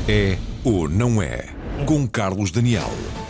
É ou não é? Com Carlos Daniel.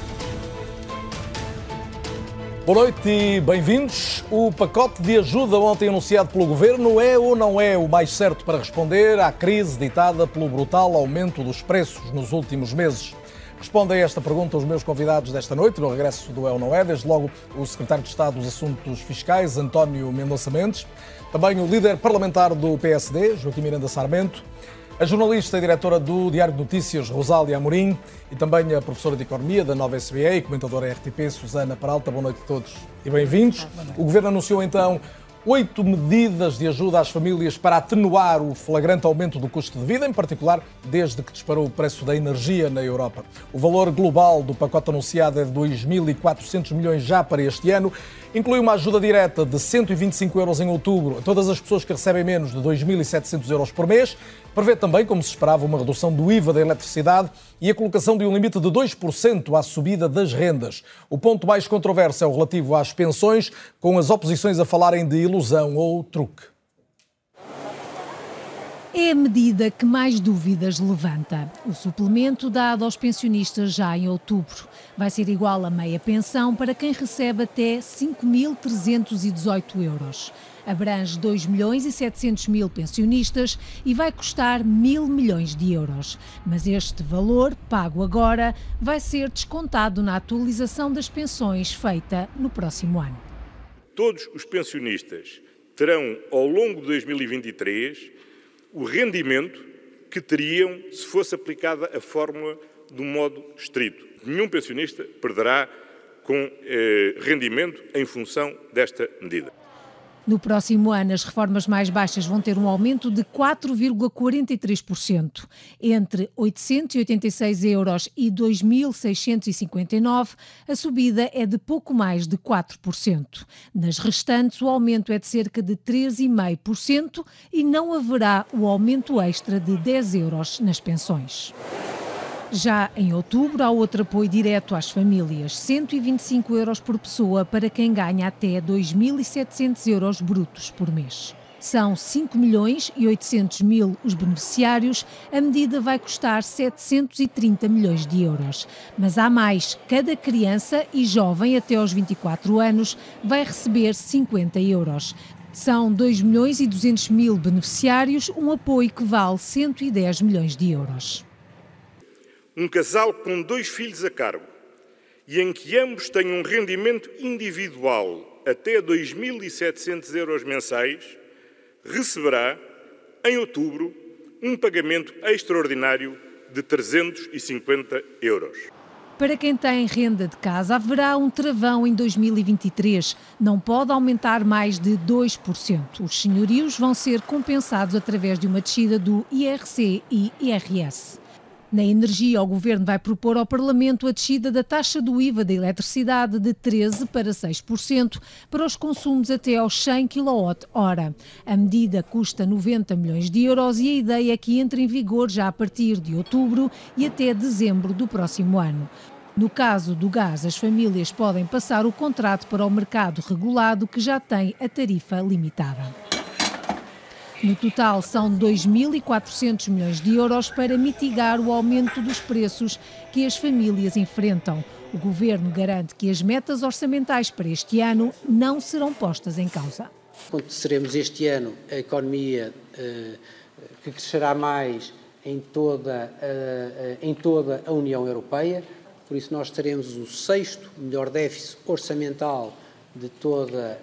Boa noite e bem-vindos. O pacote de ajuda ontem anunciado pelo Governo é ou não é o mais certo para responder à crise ditada pelo brutal aumento dos preços nos últimos meses? Respondem a esta pergunta os meus convidados desta noite, no regresso do É ou Não É, desde logo o Secretário de Estado dos Assuntos Fiscais, António Mendonça Mendes, também o líder parlamentar do PSD, Joaquim Miranda Sarmento, a jornalista e diretora do Diário de Notícias, Rosália Amorim, e também a professora de Economia da Nova SBE e comentadora RTP, Susana Peralta. Boa noite a todos e bem-vindos. O Governo anunciou então 8 medidas de ajuda às famílias para atenuar o flagrante aumento do custo de vida, em particular desde que disparou o preço da energia na Europa. O valor global do pacote anunciado é de 2.400 milhões já para este ano. Inclui uma ajuda direta de 125 euros em outubro a todas as pessoas que recebem menos de 2.700 euros por mês. Prevê também, como se esperava, uma redução do IVA da eletricidade e a colocação de um limite de 2% à subida das rendas. O ponto mais controverso é o relativo às pensões, com as oposições a falarem de ilusão ou truque. É a medida que mais dúvidas levanta. O suplemento dado aos pensionistas já em outubro vai ser igual a meia pensão para quem recebe até 5.318 euros. Abrange 2.700.000 pensionistas e vai custar 1.000 milhões de euros. Mas este valor, pago agora, vai ser descontado na atualização das pensões feita no próximo ano. Todos os pensionistas terão, ao longo de 2023, o rendimento que teriam se fosse aplicada a fórmula do modo estrito. Nenhum pensionista perderá com rendimento em função desta medida. No próximo ano, as reformas mais baixas vão ter um aumento de 4,43%. Entre 886 euros e 2.659, a subida é de pouco mais de 4%. Nas restantes, o aumento é de cerca de 3,5% e não haverá o aumento extra de 10 euros nas pensões. Já em outubro, há outro apoio direto às famílias, 125 euros por pessoa para quem ganha até 2.700 euros brutos por mês. São 5.800.000 os beneficiários, a medida vai custar 730 milhões de euros. Mas há mais, cada criança e jovem até aos 24 anos vai receber 50 euros. São 2.200.000 beneficiários, um apoio que vale 110 milhões de euros. Um casal com 2 filhos a cargo e em que ambos tenham um rendimento individual até 2.700 euros mensais, receberá, em outubro, um pagamento extraordinário de 350 euros. Para quem tem renda de casa, haverá um travão em 2023. Não pode aumentar mais de 2%. Os senhorios vão ser compensados através de uma descida do IRC e IRS. Na energia, o Governo vai propor ao Parlamento a descida da taxa do IVA da eletricidade de 13% para 6% para os consumos até aos 100 kWh. A medida custa 90 milhões de euros e a ideia é que entre em vigor já a partir de outubro e até dezembro do próximo ano. No caso do gás, as famílias podem passar o contrato para o mercado regulado, que já tem a tarifa limitada. No total, são 2.400 milhões de euros para mitigar o aumento dos preços que as famílias enfrentam. O Governo garante que as metas orçamentais para este ano não serão postas em causa. Teremos este ano a economia que crescerá mais em toda a União Europeia, por isso nós teremos o 6º melhor déficit orçamental de toda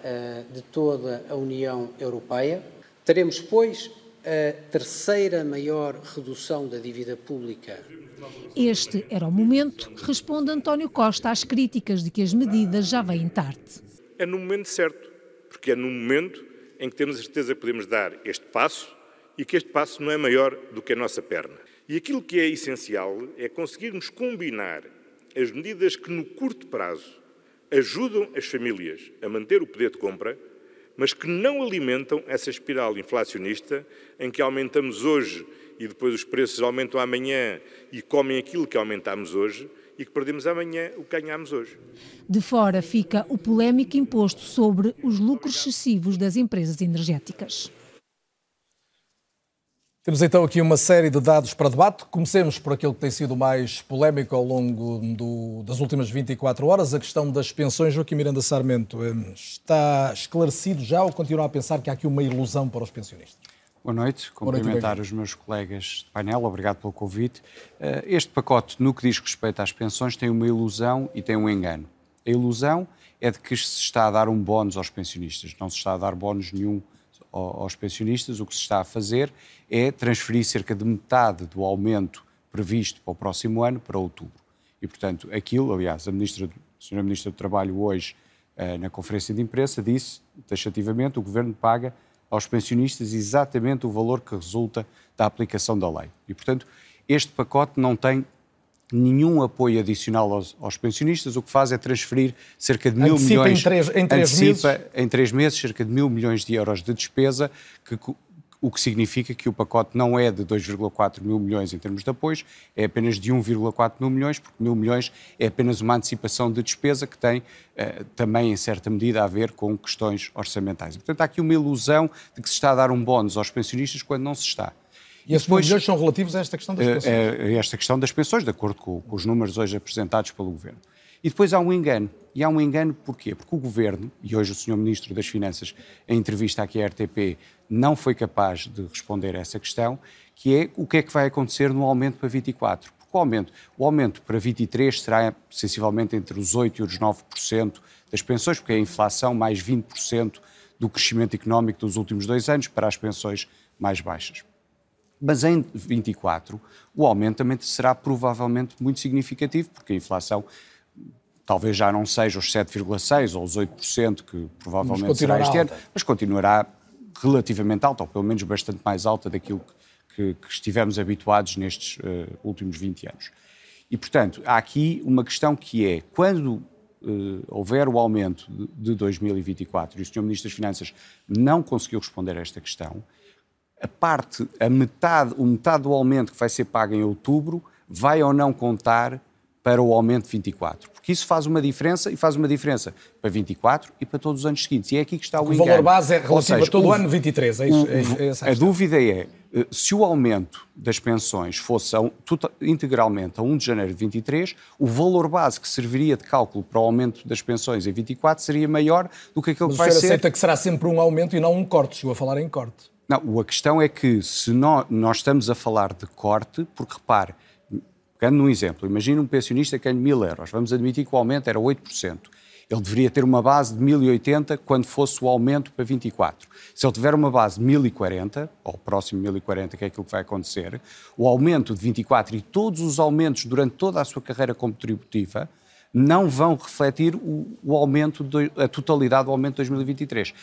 a União Europeia. Teremos, pois, a 3ª maior redução da dívida pública. Este era o momento, responde António Costa às críticas de que as medidas já vêm tarde. É no momento certo, porque é no momento em que temos a certeza que podemos dar este passo e que este passo não é maior do que a nossa perna. E aquilo que é essencial é conseguirmos combinar as medidas que no curto prazo ajudam as famílias a manter o poder de compra, mas que não alimentam essa espiral inflacionista em que aumentamos hoje e depois os preços aumentam amanhã e comem aquilo que aumentámos hoje e que perdemos amanhã o que ganhámos hoje. De fora fica o polémico imposto sobre os lucros excessivos das empresas energéticas. Temos então aqui uma série de dados para debate. Comecemos por aquele que tem sido mais polémico ao longo das últimas 24 horas, a questão das pensões. Joaquim Miranda Sarmento, está esclarecido já ou continua a pensar que há aqui uma ilusão para os pensionistas? Boa noite, cumprimentar os meus colegas de painel, obrigado pelo convite. Este pacote, no que diz respeito às pensões, tem uma ilusão e tem um engano. A ilusão é de que se está a dar um bónus aos pensionistas, não se está a dar bónus nenhum aos pensionistas. O que se está a fazer é transferir cerca de metade do aumento previsto para o próximo ano para outubro. E, portanto, aquilo, aliás, a Sra. Ministra do Trabalho hoje, na conferência de imprensa, disse, taxativamente, o Governo paga aos pensionistas exatamente o valor que resulta da aplicação da lei. E, portanto, este pacote não tem nenhum apoio adicional aos pensionistas. O que faz é transferir cerca de 1.000 milhões... Em 3 meses, cerca de 1.000 milhões de euros de despesa, o que significa que o pacote não é de 2,4 mil milhões em termos de apoios, é apenas de 1,4 mil milhões, porque 1.000 milhões é apenas uma antecipação de despesa que tem também, em certa medida, a ver com questões orçamentais. E, portanto, há aqui uma ilusão de que se está a dar um bónus aos pensionistas quando não se está. E esses milhões são relativos a esta questão das pensões? Esta questão das pensões, de acordo com os números hoje apresentados pelo Governo. E depois há um engano. E há um engano porquê? Porque o Governo, e hoje o Sr. Ministro das Finanças, em entrevista aqui à RTP, não foi capaz de responder a essa questão, que é o que é que vai acontecer no aumento para 24. Porque o aumento para 23 será sensivelmente entre os 8% e os 9% das pensões, porque é a inflação mais 20% do crescimento económico dos últimos 2 anos para as pensões mais baixas. Mas em 24 o aumento também será provavelmente muito significativo, porque a inflação talvez já não seja os 7,6% ou os 8% que provavelmente será este ano, mas continuará relativamente alta, ou pelo menos bastante mais alta daquilo que estivemos habituados nestes últimos 20 anos. E, portanto, há aqui uma questão que é, quando houver o aumento de 2024, e o Sr. Ministro das Finanças não conseguiu responder a esta questão, o metade do aumento que vai ser pago em outubro vai ou não contar para o aumento de 24. Porque isso faz uma diferença, e faz uma diferença para 24 e para todos os anos seguintes. E é aqui que está o engano. O valor base é relativo a todo o ano 23, é isso? A dúvida é, se o aumento das pensões fosse integralmente a 1 de janeiro de 23, o valor base que serviria de cálculo para o aumento das pensões em 24 seria maior do que aquilo que vai ser... Mas o senhor aceita que será sempre um aumento e não um corte? Chegou a falar em corte. Não, a questão é que se nós estamos a falar de corte, porque repare, pegando num exemplo, imagina um pensionista que ganha 1.000 euros, vamos admitir que o aumento era 8%. Ele deveria ter uma base de 1.080 quando fosse o aumento para 24. Se ele tiver uma base de 1.040, ou próximo de 1.040, que é aquilo que vai acontecer, o aumento de 24 e todos os aumentos durante toda a sua carreira contributiva não vão refletir a totalidade do aumento de 2023.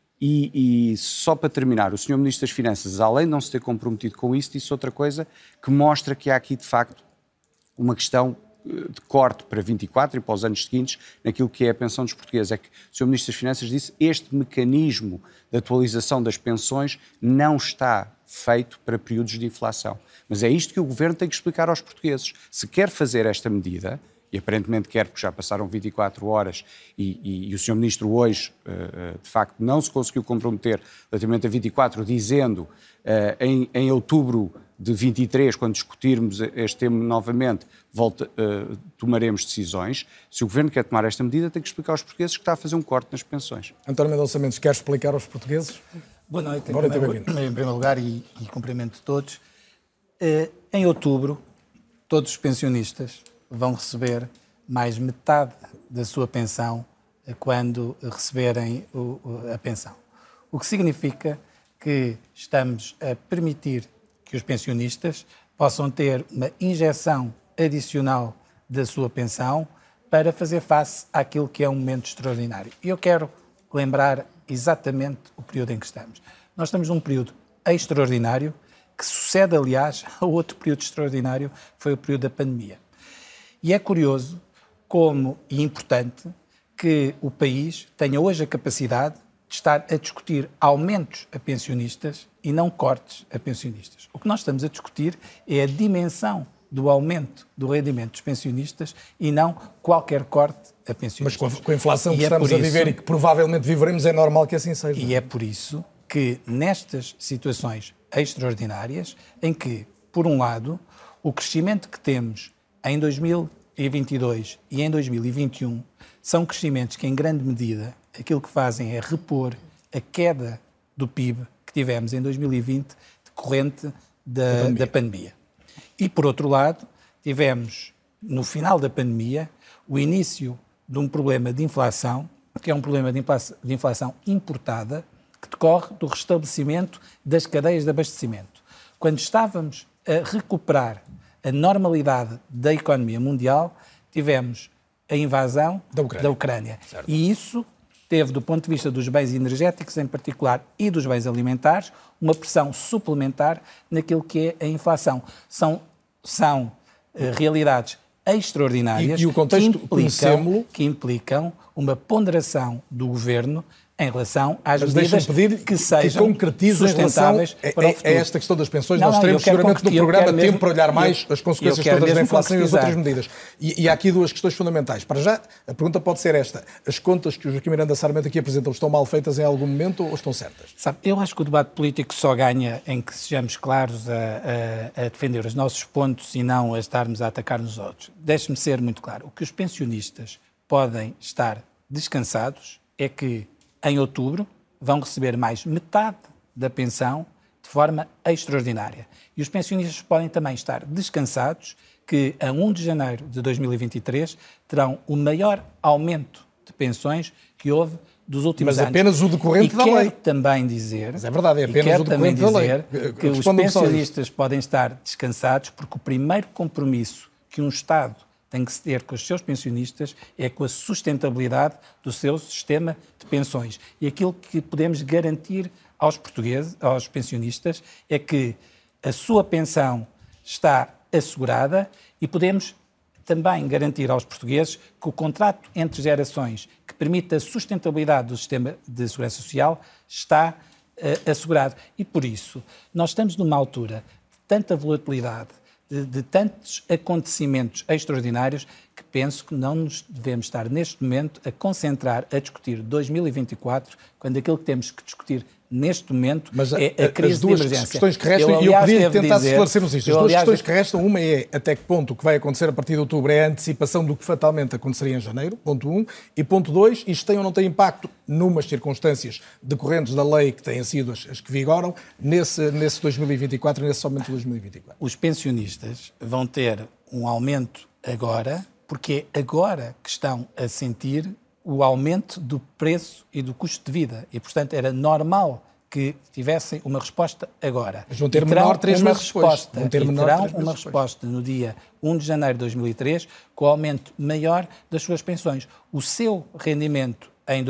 E só para terminar, o Sr. Ministro das Finanças, além de não se ter comprometido com isso, disse outra coisa que mostra que há aqui, de facto, uma questão de corte para 24 e para os anos seguintes naquilo que é a pensão dos portugueses. É que o Sr. Ministro das Finanças disse que este mecanismo de atualização das pensões não está feito para períodos de inflação. Mas é isto que o Governo tem que explicar aos portugueses. Se quer fazer esta medida, e aparentemente quer, porque já passaram 24 horas e o Sr. Ministro hoje, de facto, não se conseguiu comprometer relativamente a 24, dizendo em outubro de 23, quando discutirmos este tema novamente, tomaremos decisões. Se o Governo quer tomar esta medida, tem que explicar aos portugueses que está a fazer um corte nas pensões. António Mendonça Mendes, quer explicar aos portugueses? Boa noite. Em primeiro lugar, e cumprimento todos. Em outubro, todos os pensionistas vão receber mais metade da sua pensão quando receberem a pensão. O que significa que estamos a permitir que os pensionistas possam ter uma injeção adicional da sua pensão para fazer face àquilo que é um momento extraordinário. E eu quero lembrar exatamente o período em que estamos. Nós estamos num período extraordinário que sucede, aliás, a outro período extraordinário, que foi o período da pandemia. E é curioso e importante que o país tenha hoje a capacidade de estar a discutir aumentos a pensionistas e não cortes a pensionistas. O que nós estamos a discutir é a dimensão do aumento do rendimento dos pensionistas e não qualquer corte a pensionistas. Mas com a inflação que estamos a viver e que provavelmente viveremos, é normal que assim seja. E é por isso que nestas situações extraordinárias, em que, por um lado, o crescimento que temos em 2022 e em 2021 são crescimentos que, em grande medida, aquilo que fazem é repor a queda do PIB que tivemos em 2020 decorrente da pandemia. E, por outro lado, tivemos, no final da pandemia, o início de um problema de inflação, que é um problema de inflação importada, que decorre do restabelecimento das cadeias de abastecimento. Quando estávamos a recuperar a normalidade da economia mundial, tivemos a invasão da Ucrânia. E isso teve, do ponto de vista dos bens energéticos em particular e dos bens alimentares, uma pressão suplementar naquilo que é a inflação. São realidades extraordinárias e o contexto que implicam uma ponderação do governo em relação às medidas que sejam sustentáveis para o futuro. É esta questão das pensões. Nós teremos seguramente no programa tempo para olhar mais as consequências todas da inflação e as outras medidas. E há aqui duas questões fundamentais. Para já, a pergunta pode ser esta. As contas que o Joaquim Miranda Sarmento aqui apresentam estão mal feitas em algum momento ou estão certas? Sabe, eu acho que o debate político só ganha em que sejamos claros a defender os nossos pontos e não a estarmos a atacar nos outros. Deixe-me ser muito claro. O que os pensionistas podem estar descansados é que em outubro, vão receber mais metade da pensão de forma extraordinária. E os pensionistas podem também estar descansados que, a 1 de janeiro de 2023, terão o maior aumento de pensões que houve dos últimos anos. Mas apenas o decorrente da lei. E quero também dizer... Mas é verdade, é apenas o decorrente da lei. Que os pensionistas podem estar descansados porque o primeiro compromisso que um Estado tem que se ter com os seus pensionistas é com a sustentabilidade do seu sistema de pensões. E aquilo que podemos garantir aos portugueses, aos pensionistas, é que a sua pensão está assegurada e podemos também garantir aos portugueses que o contrato entre gerações que permite a sustentabilidade do sistema de segurança social está assegurado. E por isso, nós estamos numa altura de tanta volatilidade, de tantos acontecimentos extraordinários, que penso que não nos devemos estar neste momento a concentrar a discutir 2024, quando aquilo que temos que discutir neste momento é a crise de emergência. As questões que restam, e eu podia tentar esclarecermos isto. As duas questões que restam, uma é até que ponto o que vai acontecer a partir de outubro é a antecipação do que fatalmente aconteceria em janeiro, ponto 1, e ponto 2, isto tem ou não tem impacto numas circunstâncias decorrentes da lei que têm sido as que vigoram nesse 2024 e nesse aumento de 2024. Os pensionistas vão ter um aumento agora, porque é agora que estão a sentir o aumento do preço e do custo de vida. E, portanto, era normal que tivessem uma resposta agora. Mas vão ter menor 3 meses depois. Terão uma resposta no dia 1 de janeiro de 2003 com o aumento maior das suas pensões. O seu rendimento em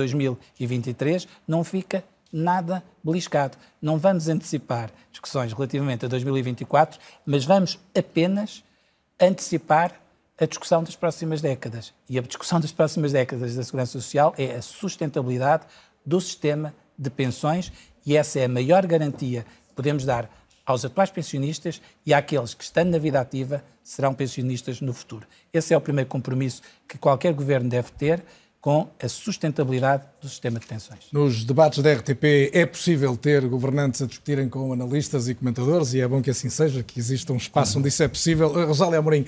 2023 não fica nada beliscado. Não vamos antecipar discussões relativamente a 2024, mas vamos apenas antecipar a discussão das próximas décadas. E a discussão das próximas décadas da Segurança Social é a sustentabilidade do sistema de pensões, e essa é a maior garantia que podemos dar aos atuais pensionistas e àqueles que, estando na vida ativa, serão pensionistas no futuro. Esse é o primeiro compromisso que qualquer governo deve ter com a sustentabilidade do sistema de pensões. Nos debates da RTP é possível ter governantes a discutirem com analistas e comentadores, e é bom que assim seja, que exista um espaço onde isso é possível. Rosália Amorim,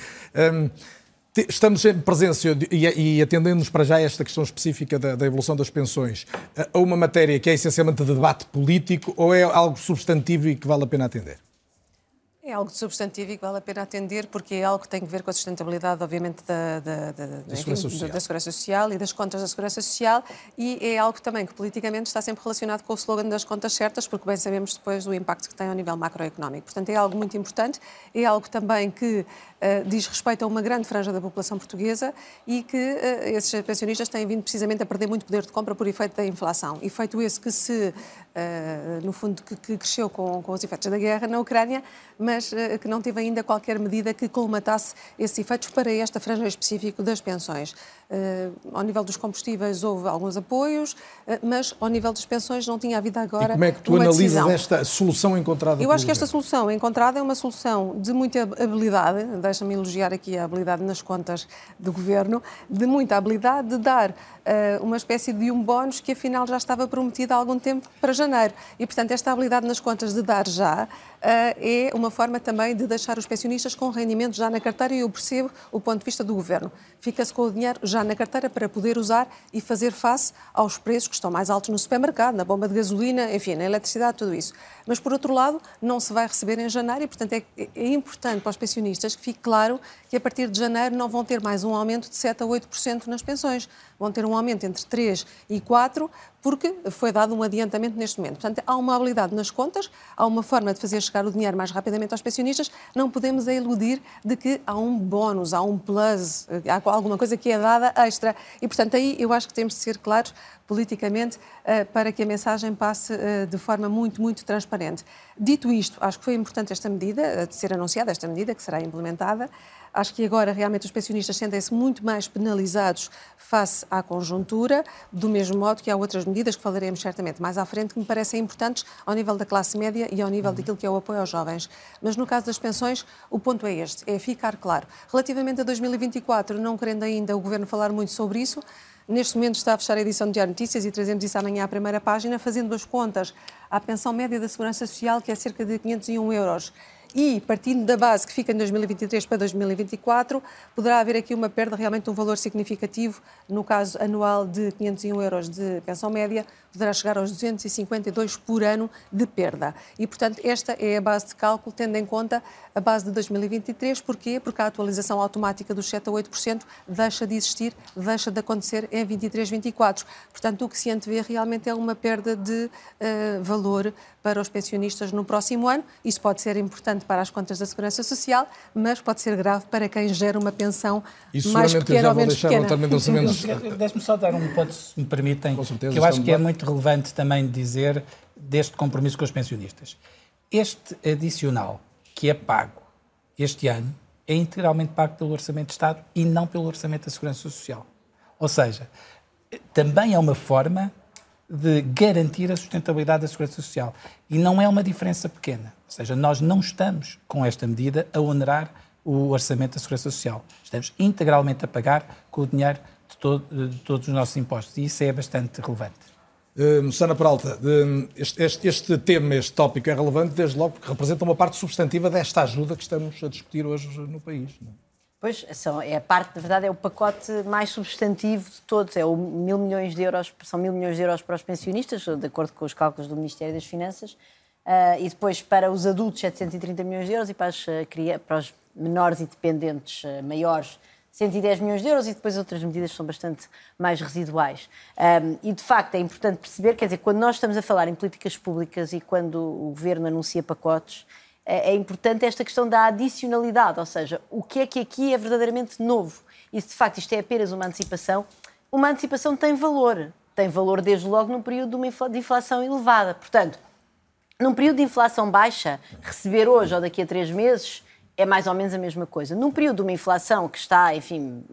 estamos em presença, e atendendo-nos para já a esta questão específica da evolução das pensões, a uma matéria que é essencialmente de debate político, ou é algo substantivo e que vale a pena atender? É algo substantivo e que vale a pena atender, porque é algo que tem a ver com a sustentabilidade, obviamente, da Segurança Social e das contas da Segurança Social, e é algo também que politicamente está sempre relacionado com o slogan das contas certas, porque bem sabemos depois do impacto que tem ao nível macroeconómico. Portanto, é algo muito importante, é algo também que diz respeito a uma grande franja da população portuguesa e que esses pensionistas têm vindo precisamente a perder muito poder de compra por efeito da inflação. Efeito esse que no fundo, que cresceu com os efeitos da guerra na Ucrânia, mas mas que não teve ainda qualquer medida que colmatasse esses efeitos para esta franja específica das pensões. Ao nível dos combustíveis houve alguns apoios, mas ao nível das pensões não tinha havido agora. E como é que tu analisas esta solução encontrada? Eu acho que esta solução encontrada é uma solução de muita habilidade, deixa-me elogiar aqui a habilidade nas contas do Governo, de muita habilidade de dar uma espécie de um bónus que afinal já estava prometido há algum tempo para janeiro. E, portanto, esta habilidade nas contas de dar já é uma forma também de deixar os pensionistas com rendimento já na carteira, e eu percebo o ponto de vista do Governo. Fica-se com o dinheiro já na carteira para poder usar e fazer face aos preços que estão mais altos no supermercado, na bomba de gasolina, enfim, na eletricidade, tudo isso. Mas, por outro lado, não se vai receber em janeiro e, portanto, é importante para os pensionistas que fique claro que a partir de janeiro não vão ter mais um aumento de 7% a 8% nas pensões. Vão ter um aumento entre 3% e 4%, porque foi dado um adiantamento neste momento. Portanto, há uma habilidade nas contas, há uma forma de fazer chegar o dinheiro mais rapidamente aos pensionistas. Não podemos iludir de que há um bónus, há um plus, há alguma coisa que é dada extra. E, portanto, aí eu acho que temos de ser claros politicamente para que a mensagem passe de forma muito, muito transparente. Dito isto, acho que foi importante esta medida, de ser anunciada esta medida, que será implementada. Acho que agora realmente os pensionistas sentem-se muito mais penalizados face à conjuntura, do mesmo modo que há outras medidas que falaremos certamente mais à frente que me parecem importantes ao nível da classe média e ao nível daquilo que é o apoio aos jovens. Mas no caso das pensões, o ponto é este, é ficar claro. Relativamente a 2024, não querendo ainda o Governo falar muito sobre isso, neste momento está a fechar a edição do Diário de Notícias e trazemos isso amanhã à primeira página, fazendo as contas à pensão média da Segurança Social, que é cerca de 501 euros. E, partindo da base que fica em 2023 para 2024, poderá haver aqui uma perda realmente de um valor significativo. No caso anual de 501 euros de pensão média, poderá chegar aos 252 por ano de perda. E, portanto, esta é a base de cálculo, tendo em conta a base de 2023. Porquê? Porque a atualização automática dos 7% a 8% deixa de existir, deixa de acontecer em 23-24. Portanto, o que se antevê realmente é uma perda de valor para os pensionistas no próximo ano. Isso pode ser importante para as contas da Segurança Social, mas pode ser grave para quem gera uma pensão mais pequena ou menos pequena. Deixe-me só dar um ponto, se me permitem, que eu acho que é muito relevante também dizer deste compromisso com os pensionistas. Este adicional que é pago este ano é integralmente pago pelo Orçamento de Estado e não pelo Orçamento da Segurança Social. Ou seja, também é uma forma de garantir a sustentabilidade da Segurança Social. E não é uma diferença pequena. Ou seja, nós não estamos, com esta medida, a onerar o Orçamento da Segurança Social. Estamos integralmente a pagar com o dinheiro de todos os nossos impostos. E isso é bastante relevante. Susana Peralta, este tema, este tópico é relevante desde logo porque representa uma parte substantiva desta ajuda que estamos a discutir hoje no país. Não é? Pois, é a parte, na verdade, é o pacote mais substantivo de todos. É o 1.000 milhões de euros, são 1.000 milhões de euros para os pensionistas, de acordo com os cálculos do Ministério das Finanças, e depois para os adultos 730 milhões de euros e para os menores e dependentes maiores 110 milhões de euros e depois outras medidas que são bastante mais residuais. E, de facto, é importante perceber, quer dizer, quando nós estamos a falar em políticas públicas e quando o Governo anuncia pacotes, é importante esta questão da adicionalidade, ou seja, o que é que aqui é verdadeiramente novo. E se de facto isto é apenas uma antecipação tem valor desde logo num período de inflação elevada. Portanto, num período de inflação baixa, receber hoje ou daqui a 3 meses é mais ou menos a mesma coisa. Num período de uma inflação que está, enfim,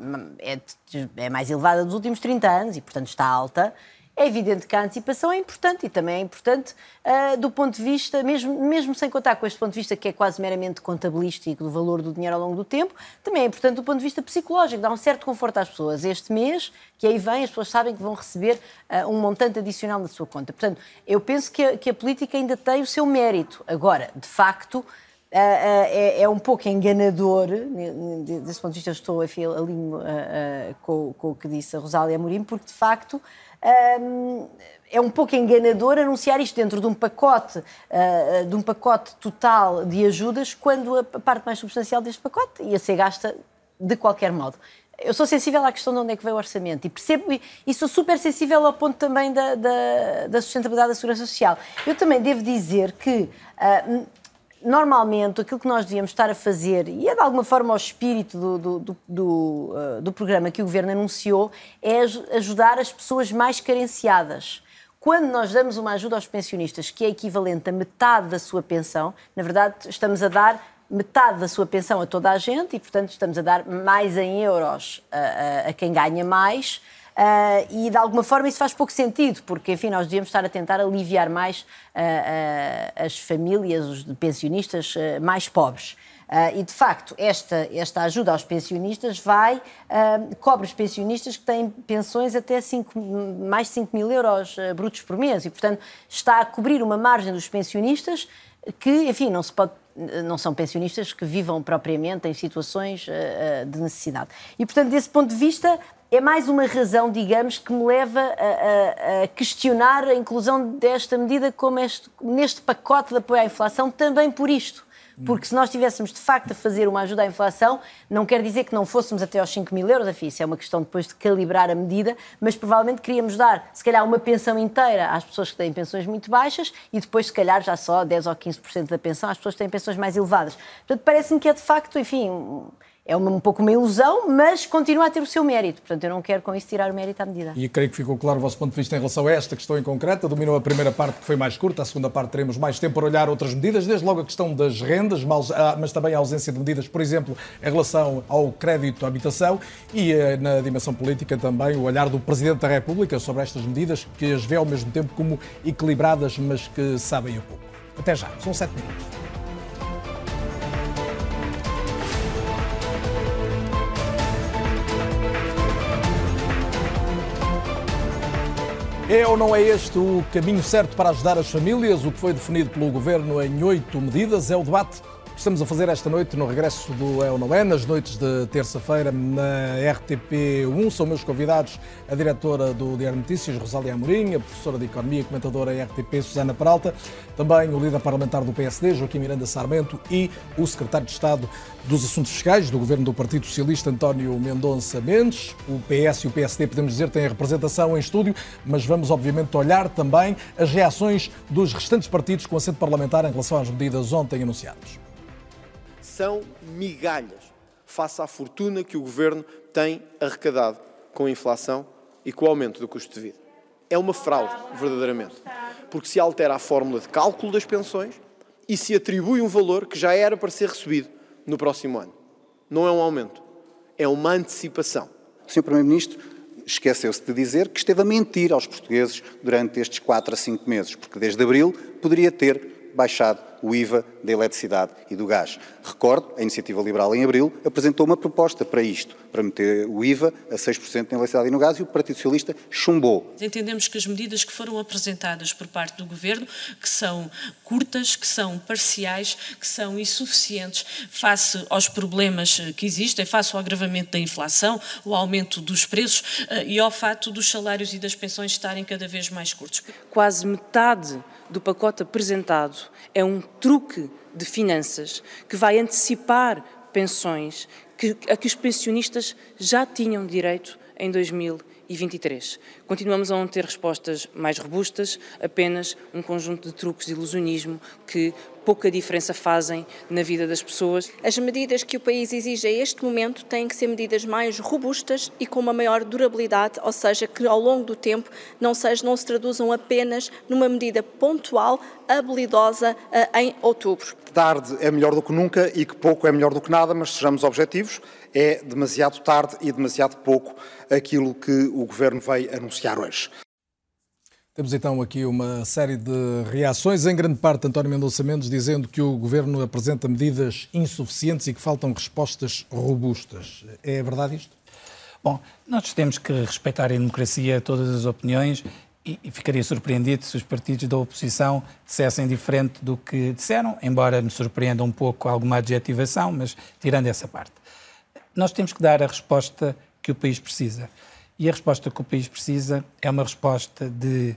é mais elevada dos últimos 30 anos e, portanto, está alta, é evidente que a antecipação é importante e também é importante do ponto de vista, mesmo sem contar com este ponto de vista que é quase meramente contabilístico do valor do dinheiro ao longo do tempo, também é importante do ponto de vista psicológico, dá um certo conforto às pessoas. Este mês, que aí vem, as pessoas sabem que vão receber um montante adicional na sua conta. Portanto, eu penso que a política ainda tem o seu mérito. Agora, de facto, é um pouco enganador, desse ponto de vista eu estou alinho com o que disse a Rosália Amorim, porque de facto é um pouco enganador anunciar isto dentro de um pacote total de ajudas, quando a parte mais substancial deste pacote ia ser gasta de qualquer modo. Eu sou sensível à questão de onde é que veio o orçamento e percebo, e sou super sensível ao ponto também da sustentabilidade da Segurança Social. Eu também devo dizer que normalmente aquilo que nós devíamos estar a fazer, e é de alguma forma o espírito do programa que o Governo anunciou, é ajudar as pessoas mais carenciadas. Quando nós damos uma ajuda aos pensionistas que é equivalente a metade da sua pensão, na verdade estamos a dar metade da sua pensão a toda a gente e, portanto, estamos a dar mais em euros a quem ganha mais. E, de alguma forma, isso faz pouco sentido, porque, enfim, nós devíamos estar a tentar aliviar mais as famílias, os pensionistas mais pobres. E, de facto, esta ajuda aos pensionistas cobre os pensionistas que têm pensões até mais de 5 mil euros brutos por mês e, portanto, está a cobrir uma margem dos pensionistas que, enfim, não são pensionistas que vivam propriamente em situações de necessidade. E, portanto, desse ponto de vista, é mais uma razão, digamos, que me leva a questionar a inclusão desta medida como neste pacote de apoio à inflação, também por isto. Porque se nós estivéssemos, de facto, a fazer uma ajuda à inflação, não quer dizer que não fôssemos até aos 5 mil euros, enfim, isso é uma questão depois de calibrar a medida, mas provavelmente queríamos dar, se calhar, uma pensão inteira às pessoas que têm pensões muito baixas e depois, se calhar, já só 10 ou 15% da pensão às pessoas que têm pensões mais elevadas. Portanto, parece-me que é, de facto, enfim, é um pouco uma ilusão, mas continua a ter o seu mérito. Portanto, eu não quero com isso tirar o mérito à medida. E creio que ficou claro o vosso ponto de vista em relação a esta questão em concreto. Dominou a primeira parte, que foi mais curta. A segunda parte teremos mais tempo para olhar outras medidas, desde logo a questão das rendas, mas também a ausência de medidas, por exemplo, em relação ao crédito à habitação e na dimensão política também o olhar do Presidente da República sobre estas medidas, que as vê ao mesmo tempo como equilibradas, mas que sabem a pouco. Até já. São 7 minutos. É ou não é este o caminho certo para ajudar as famílias? O que foi definido pelo Governo em 8 medidas é o debate que estamos a fazer esta noite no regresso do É ou Não É, nas noites de terça-feira na RTP1. São meus convidados a diretora do Diário Notícias, Rosália Amorim, a professora de Economia e comentadora RTP, Susana Peralta, também o líder parlamentar do PSD, Joaquim Miranda Sarmento, e o secretário de Estado dos Assuntos Fiscais do Governo do Partido Socialista, António Mendonça Mendes. O PS e o PSD, podemos dizer, têm representação em estúdio, mas vamos obviamente olhar também as reações dos restantes partidos com assento parlamentar em relação às medidas ontem anunciadas. São migalhas face à fortuna que o Governo tem arrecadado com a inflação e com o aumento do custo de vida. É uma fraude, verdadeiramente, porque se altera a fórmula de cálculo das pensões e se atribui um valor que já era para ser recebido no próximo ano. Não é um aumento, é uma antecipação. O Sr. Primeiro-Ministro esqueceu-se de dizer que esteve a mentir aos portugueses durante estes 4 a 5 meses, porque desde abril poderia ter baixado o IVA da eletricidade e do gás. Recordo, a Iniciativa Liberal em abril apresentou uma proposta para isto, para meter o IVA a 6% na eletricidade e no gás, e o Partido Socialista chumbou. Entendemos que as medidas que foram apresentadas por parte do Governo, que são curtas, que são parciais, que são insuficientes face aos problemas que existem, face ao agravamento da inflação, o aumento dos preços e ao fato dos salários e das pensões estarem cada vez mais curtos. Quase metade do pacote apresentado é um truque de finanças que vai antecipar pensões a que os pensionistas já tinham direito em 2023. Continuamos a não ter respostas mais robustas, apenas um conjunto de truques de ilusionismo que pouca diferença fazem na vida das pessoas. As medidas que o país exige a este momento têm que ser medidas mais robustas e com uma maior durabilidade, ou seja, que ao longo do tempo não se traduzam apenas numa medida pontual, habilidosa em outubro. Tarde é melhor do que nunca e que pouco é melhor do que nada, mas sejamos objetivos, é demasiado tarde e demasiado pouco aquilo que o Governo vai anunciar hoje. Temos então aqui uma série de reações, em grande parte António Mendonça Mendes dizendo que o Governo apresenta medidas insuficientes e que faltam respostas robustas. É verdade isto? Bom, nós temos que respeitar a democracia, todas as opiniões, e ficaria surpreendido se os partidos da oposição dissessem diferente do que disseram, embora me surpreenda um pouco alguma adjetivação, mas tirando essa parte. Nós temos que dar a resposta que o país precisa. E a resposta que o país precisa é uma resposta de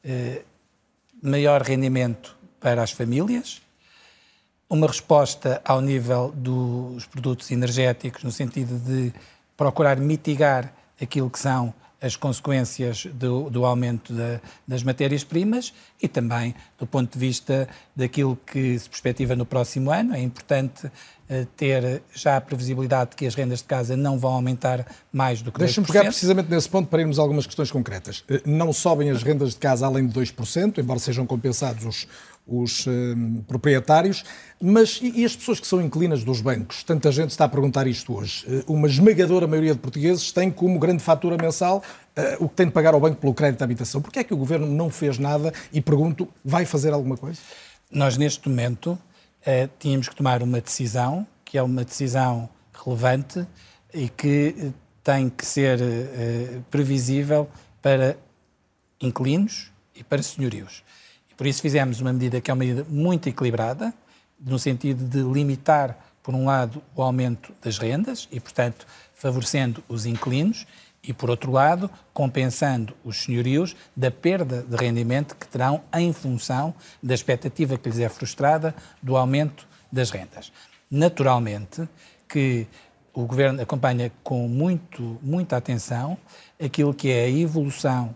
maior rendimento para as famílias, uma resposta ao nível dos produtos energéticos, no sentido de procurar mitigar aquilo que são as consequências do aumento das matérias-primas e também do ponto de vista daquilo que se perspectiva no próximo ano. É importante ter já a previsibilidade de que as rendas de casa não vão aumentar mais do que 2%. Deixa-me pegar precisamente nesse ponto para irmos a algumas questões concretas. Não sobem as rendas de casa além de 2%, embora sejam compensados os proprietários, mas e as pessoas que são inquilinas dos bancos? Tanta gente está a perguntar isto hoje. Uma esmagadora maioria de portugueses tem como grande fatura mensal o que tem de pagar ao banco pelo crédito de habitação. Porquê é que o Governo não fez nada e, pergunto, vai fazer alguma coisa? Nós, neste momento, tínhamos que tomar uma decisão, que é uma decisão relevante e que tem que ser previsível para inquilinos e para senhorios. E por isso fizemos uma medida que é uma medida muito equilibrada, no sentido de limitar, por um lado, o aumento das rendas e, portanto, favorecendo os inquilinos e, por outro lado, compensando os senhorios da perda de rendimento que terão em função da expectativa que lhes é frustrada do aumento das rendas. Naturalmente que o Governo acompanha com muita atenção aquilo que é a evolução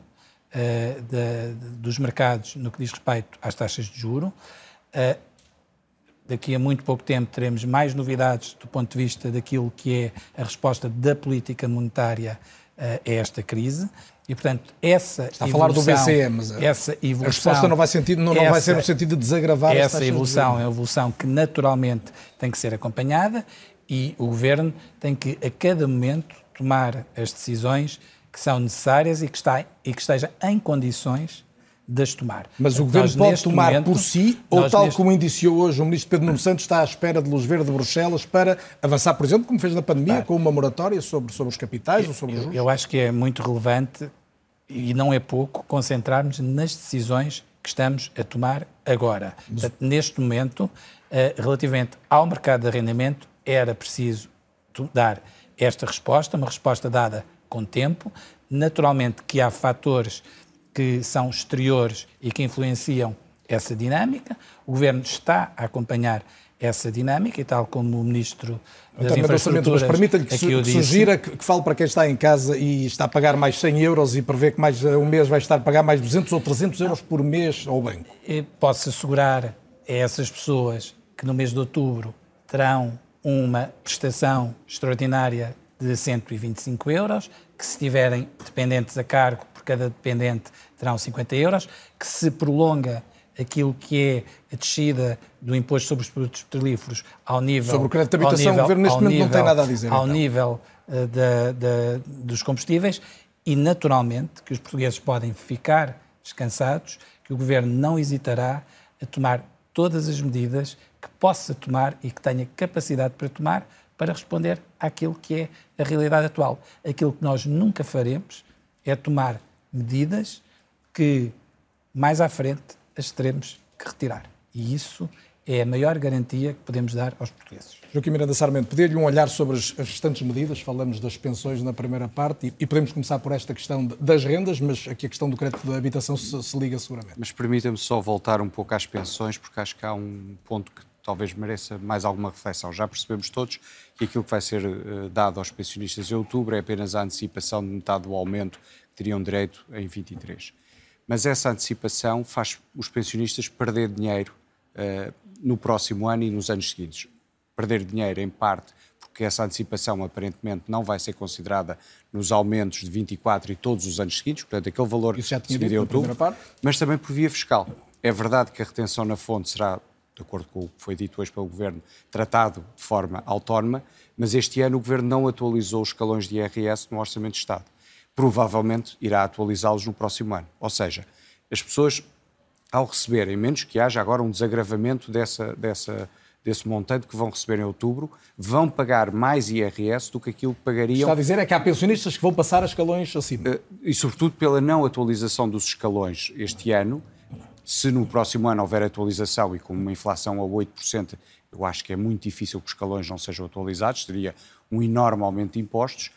dos mercados no que diz respeito às taxas de juros. Daqui a muito pouco tempo teremos mais novidades do ponto de vista daquilo que é a resposta da política monetária a esta crise e, portanto, essa está a falar do BCE, mas essa evolução, a resposta não vai ser no sentido de desagravar essa evolução. É uma evolução que naturalmente tem que ser acompanhada e o Governo tem que, a cada momento, tomar as decisões que são necessárias e que esteja em condições de as tomar. Mas o Governo pode tomar por si, ou tal como indiciou hoje o Ministro Pedro Nuno Santos, está à espera de luz verde de Bruxelas para avançar, por exemplo, como fez na pandemia, com uma moratória sobre os capitais ou sobre os juros? Eu acho que é muito relevante, e não é pouco, concentrarmos nas decisões que estamos a tomar agora. Portanto, neste momento, relativamente ao mercado de arrendamento, era preciso dar esta resposta, uma resposta dada com tempo. Naturalmente que há fatores que são exteriores e que influenciam essa dinâmica. O Governo está a acompanhar essa dinâmica e tal como o Ministro das Infraestruturas... Mas permita-lhe que sugira que fale para quem está em casa e está a pagar mais 100 euros e prevê que mais um mês vai estar a pagar mais 200 ou 300 euros por mês ao banco. Posso assegurar a essas pessoas que no mês de outubro terão uma prestação extraordinária de 125 euros, que se estiverem dependentes a cargo, por cada dependente terão 50 euros, que se prolonga aquilo que é a descida do imposto sobre os produtos petrolíferos ao nível... Sobre o crédito de habitação, o Governo neste momento não tem nada a dizer. Ao nível dos combustíveis e, naturalmente, que os portugueses podem ficar descansados, que o Governo não hesitará a tomar todas as medidas que possa tomar e que tenha capacidade para tomar para responder àquilo que é a realidade atual. Aquilo que nós nunca faremos é tomar medidas que mais à frente as teremos que retirar. E isso é a maior garantia que podemos dar aos portugueses. Joaquim Miranda Sarmento, pedir-lhe um olhar sobre as restantes medidas. Falamos das pensões na primeira parte e podemos começar por esta questão das rendas, mas aqui a questão do crédito de habitação se liga seguramente. Mas permita-me só voltar um pouco às pensões, porque acho que há um ponto que talvez mereça mais alguma reflexão. Já percebemos todos que aquilo que vai ser dado aos pensionistas em outubro é apenas a antecipação de metade do aumento que teriam direito em 23. Mas essa antecipação faz os pensionistas perder dinheiro no próximo ano e nos anos seguintes. Perder dinheiro, em parte, porque essa antecipação aparentemente não vai ser considerada nos aumentos de 24 e todos os anos seguintes, portanto, aquele valor que se divide em outubro, mas também por via fiscal. É verdade que a retenção na fonte será, de acordo com o que foi dito hoje pelo Governo, tratado de forma autónoma, mas este ano o Governo não atualizou os escalões de IRS no Orçamento de Estado. Provavelmente irá atualizá-los no próximo ano. Ou seja, as pessoas, ao receberem, menos que haja agora um desagravamento desse montante que vão receber em outubro, vão pagar mais IRS do que aquilo que pagariam... Está a dizer é que há pensionistas que vão passar a escalões acima. E sobretudo pela não atualização dos escalões este ano. Se no próximo ano houver atualização e com uma inflação a 8%, eu acho que é muito difícil que os escalões não sejam atualizados, seria um enorme aumento de impostos.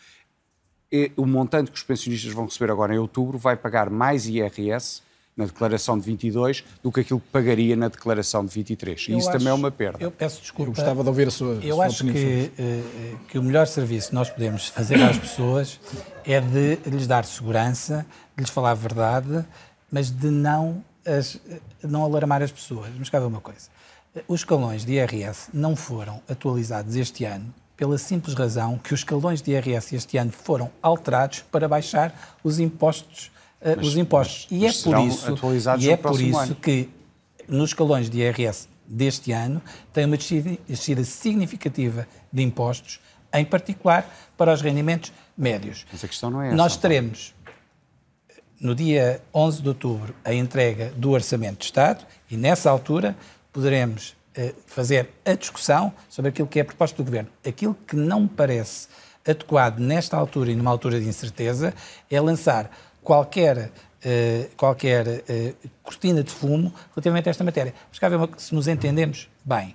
E o montante que os pensionistas vão receber agora em outubro vai pagar mais IRS na declaração de 22 do que aquilo que pagaria na declaração de 23. E isso também é uma perda. Eu peço desculpa. Eu gostava de ouvir a sua Eu acho que o melhor serviço que nós podemos fazer às pessoas é de lhes dar segurança, de lhes falar a verdade, mas de não alarmar as pessoas. Mas cá vem uma coisa. Os escalões de IRS não foram atualizados este ano pela simples razão que os escalões de IRS este ano foram alterados para baixar os impostos. E é por isso que nos escalões de IRS deste ano tem uma descida significativa de impostos, em particular para os rendimentos médios. Mas a questão não é essa. Nós teremos, no dia 11 de outubro, a entrega do Orçamento de Estado e, nessa altura, poderemos fazer a discussão sobre aquilo que é a proposta do Governo. Aquilo que não me parece adequado nesta altura e numa altura de incerteza é lançar qualquer cortina de fumo relativamente a esta matéria. Mas cá ver se nos entendemos bem.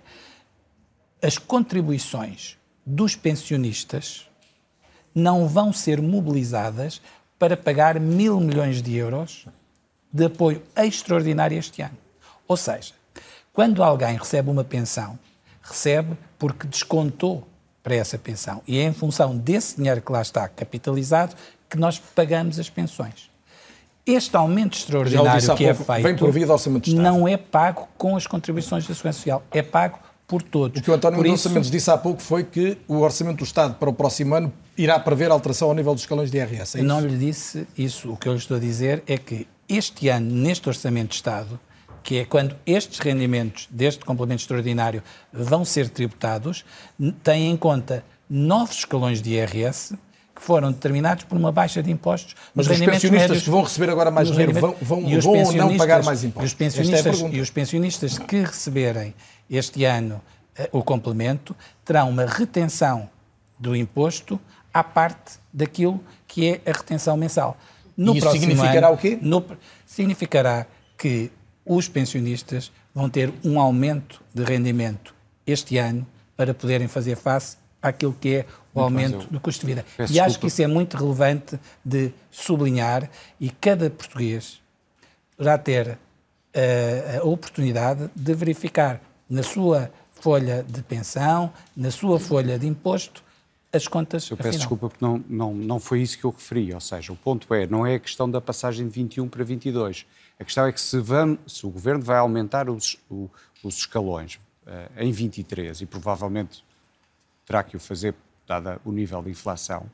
As contribuições dos pensionistas não vão ser mobilizadas para pagar 1.000 milhões de euros de apoio extraordinário este ano. Ou seja, quando alguém recebe uma pensão, recebe porque descontou para essa pensão. E é em função desse dinheiro que lá está capitalizado que nós pagamos as pensões. Este aumento extraordinário que é feito não é pago com as contribuições da Segurança Social, é pago por todos. O que o António Mendonça Mendes disse há pouco foi que o Orçamento do Estado para o próximo ano irá prever alteração ao nível dos escalões de IRS. Não lhe disse isso. O que eu lhe estou a dizer é que este ano, neste Orçamento de Estado, que é quando estes rendimentos deste complemento extraordinário vão ser tributados, tem em conta novos escalões de IRS que foram determinados por uma baixa de impostos. Mas os pensionistas médios, que vão receber agora mais dinheiro vão ou não pagar mais impostos? E os pensionistas que receberem este ano o complemento terão uma retenção do imposto à parte daquilo que é a retenção mensal. E isso significará o quê? Significará que os pensionistas vão ter um aumento de rendimento este ano para poderem fazer face àquilo que é o aumento do custo de vida. E acho que isso é muito relevante de sublinhar e cada português poderá ter a oportunidade de verificar na sua folha de pensão, na sua folha de imposto, as contas. Eu peço desculpa porque não foi isso que eu referi, ou seja, o ponto não é a questão da passagem de 21 para 22. A questão é que se o Governo vai aumentar os escalões em 23 e provavelmente terá que o fazer, dada o nível de inflação,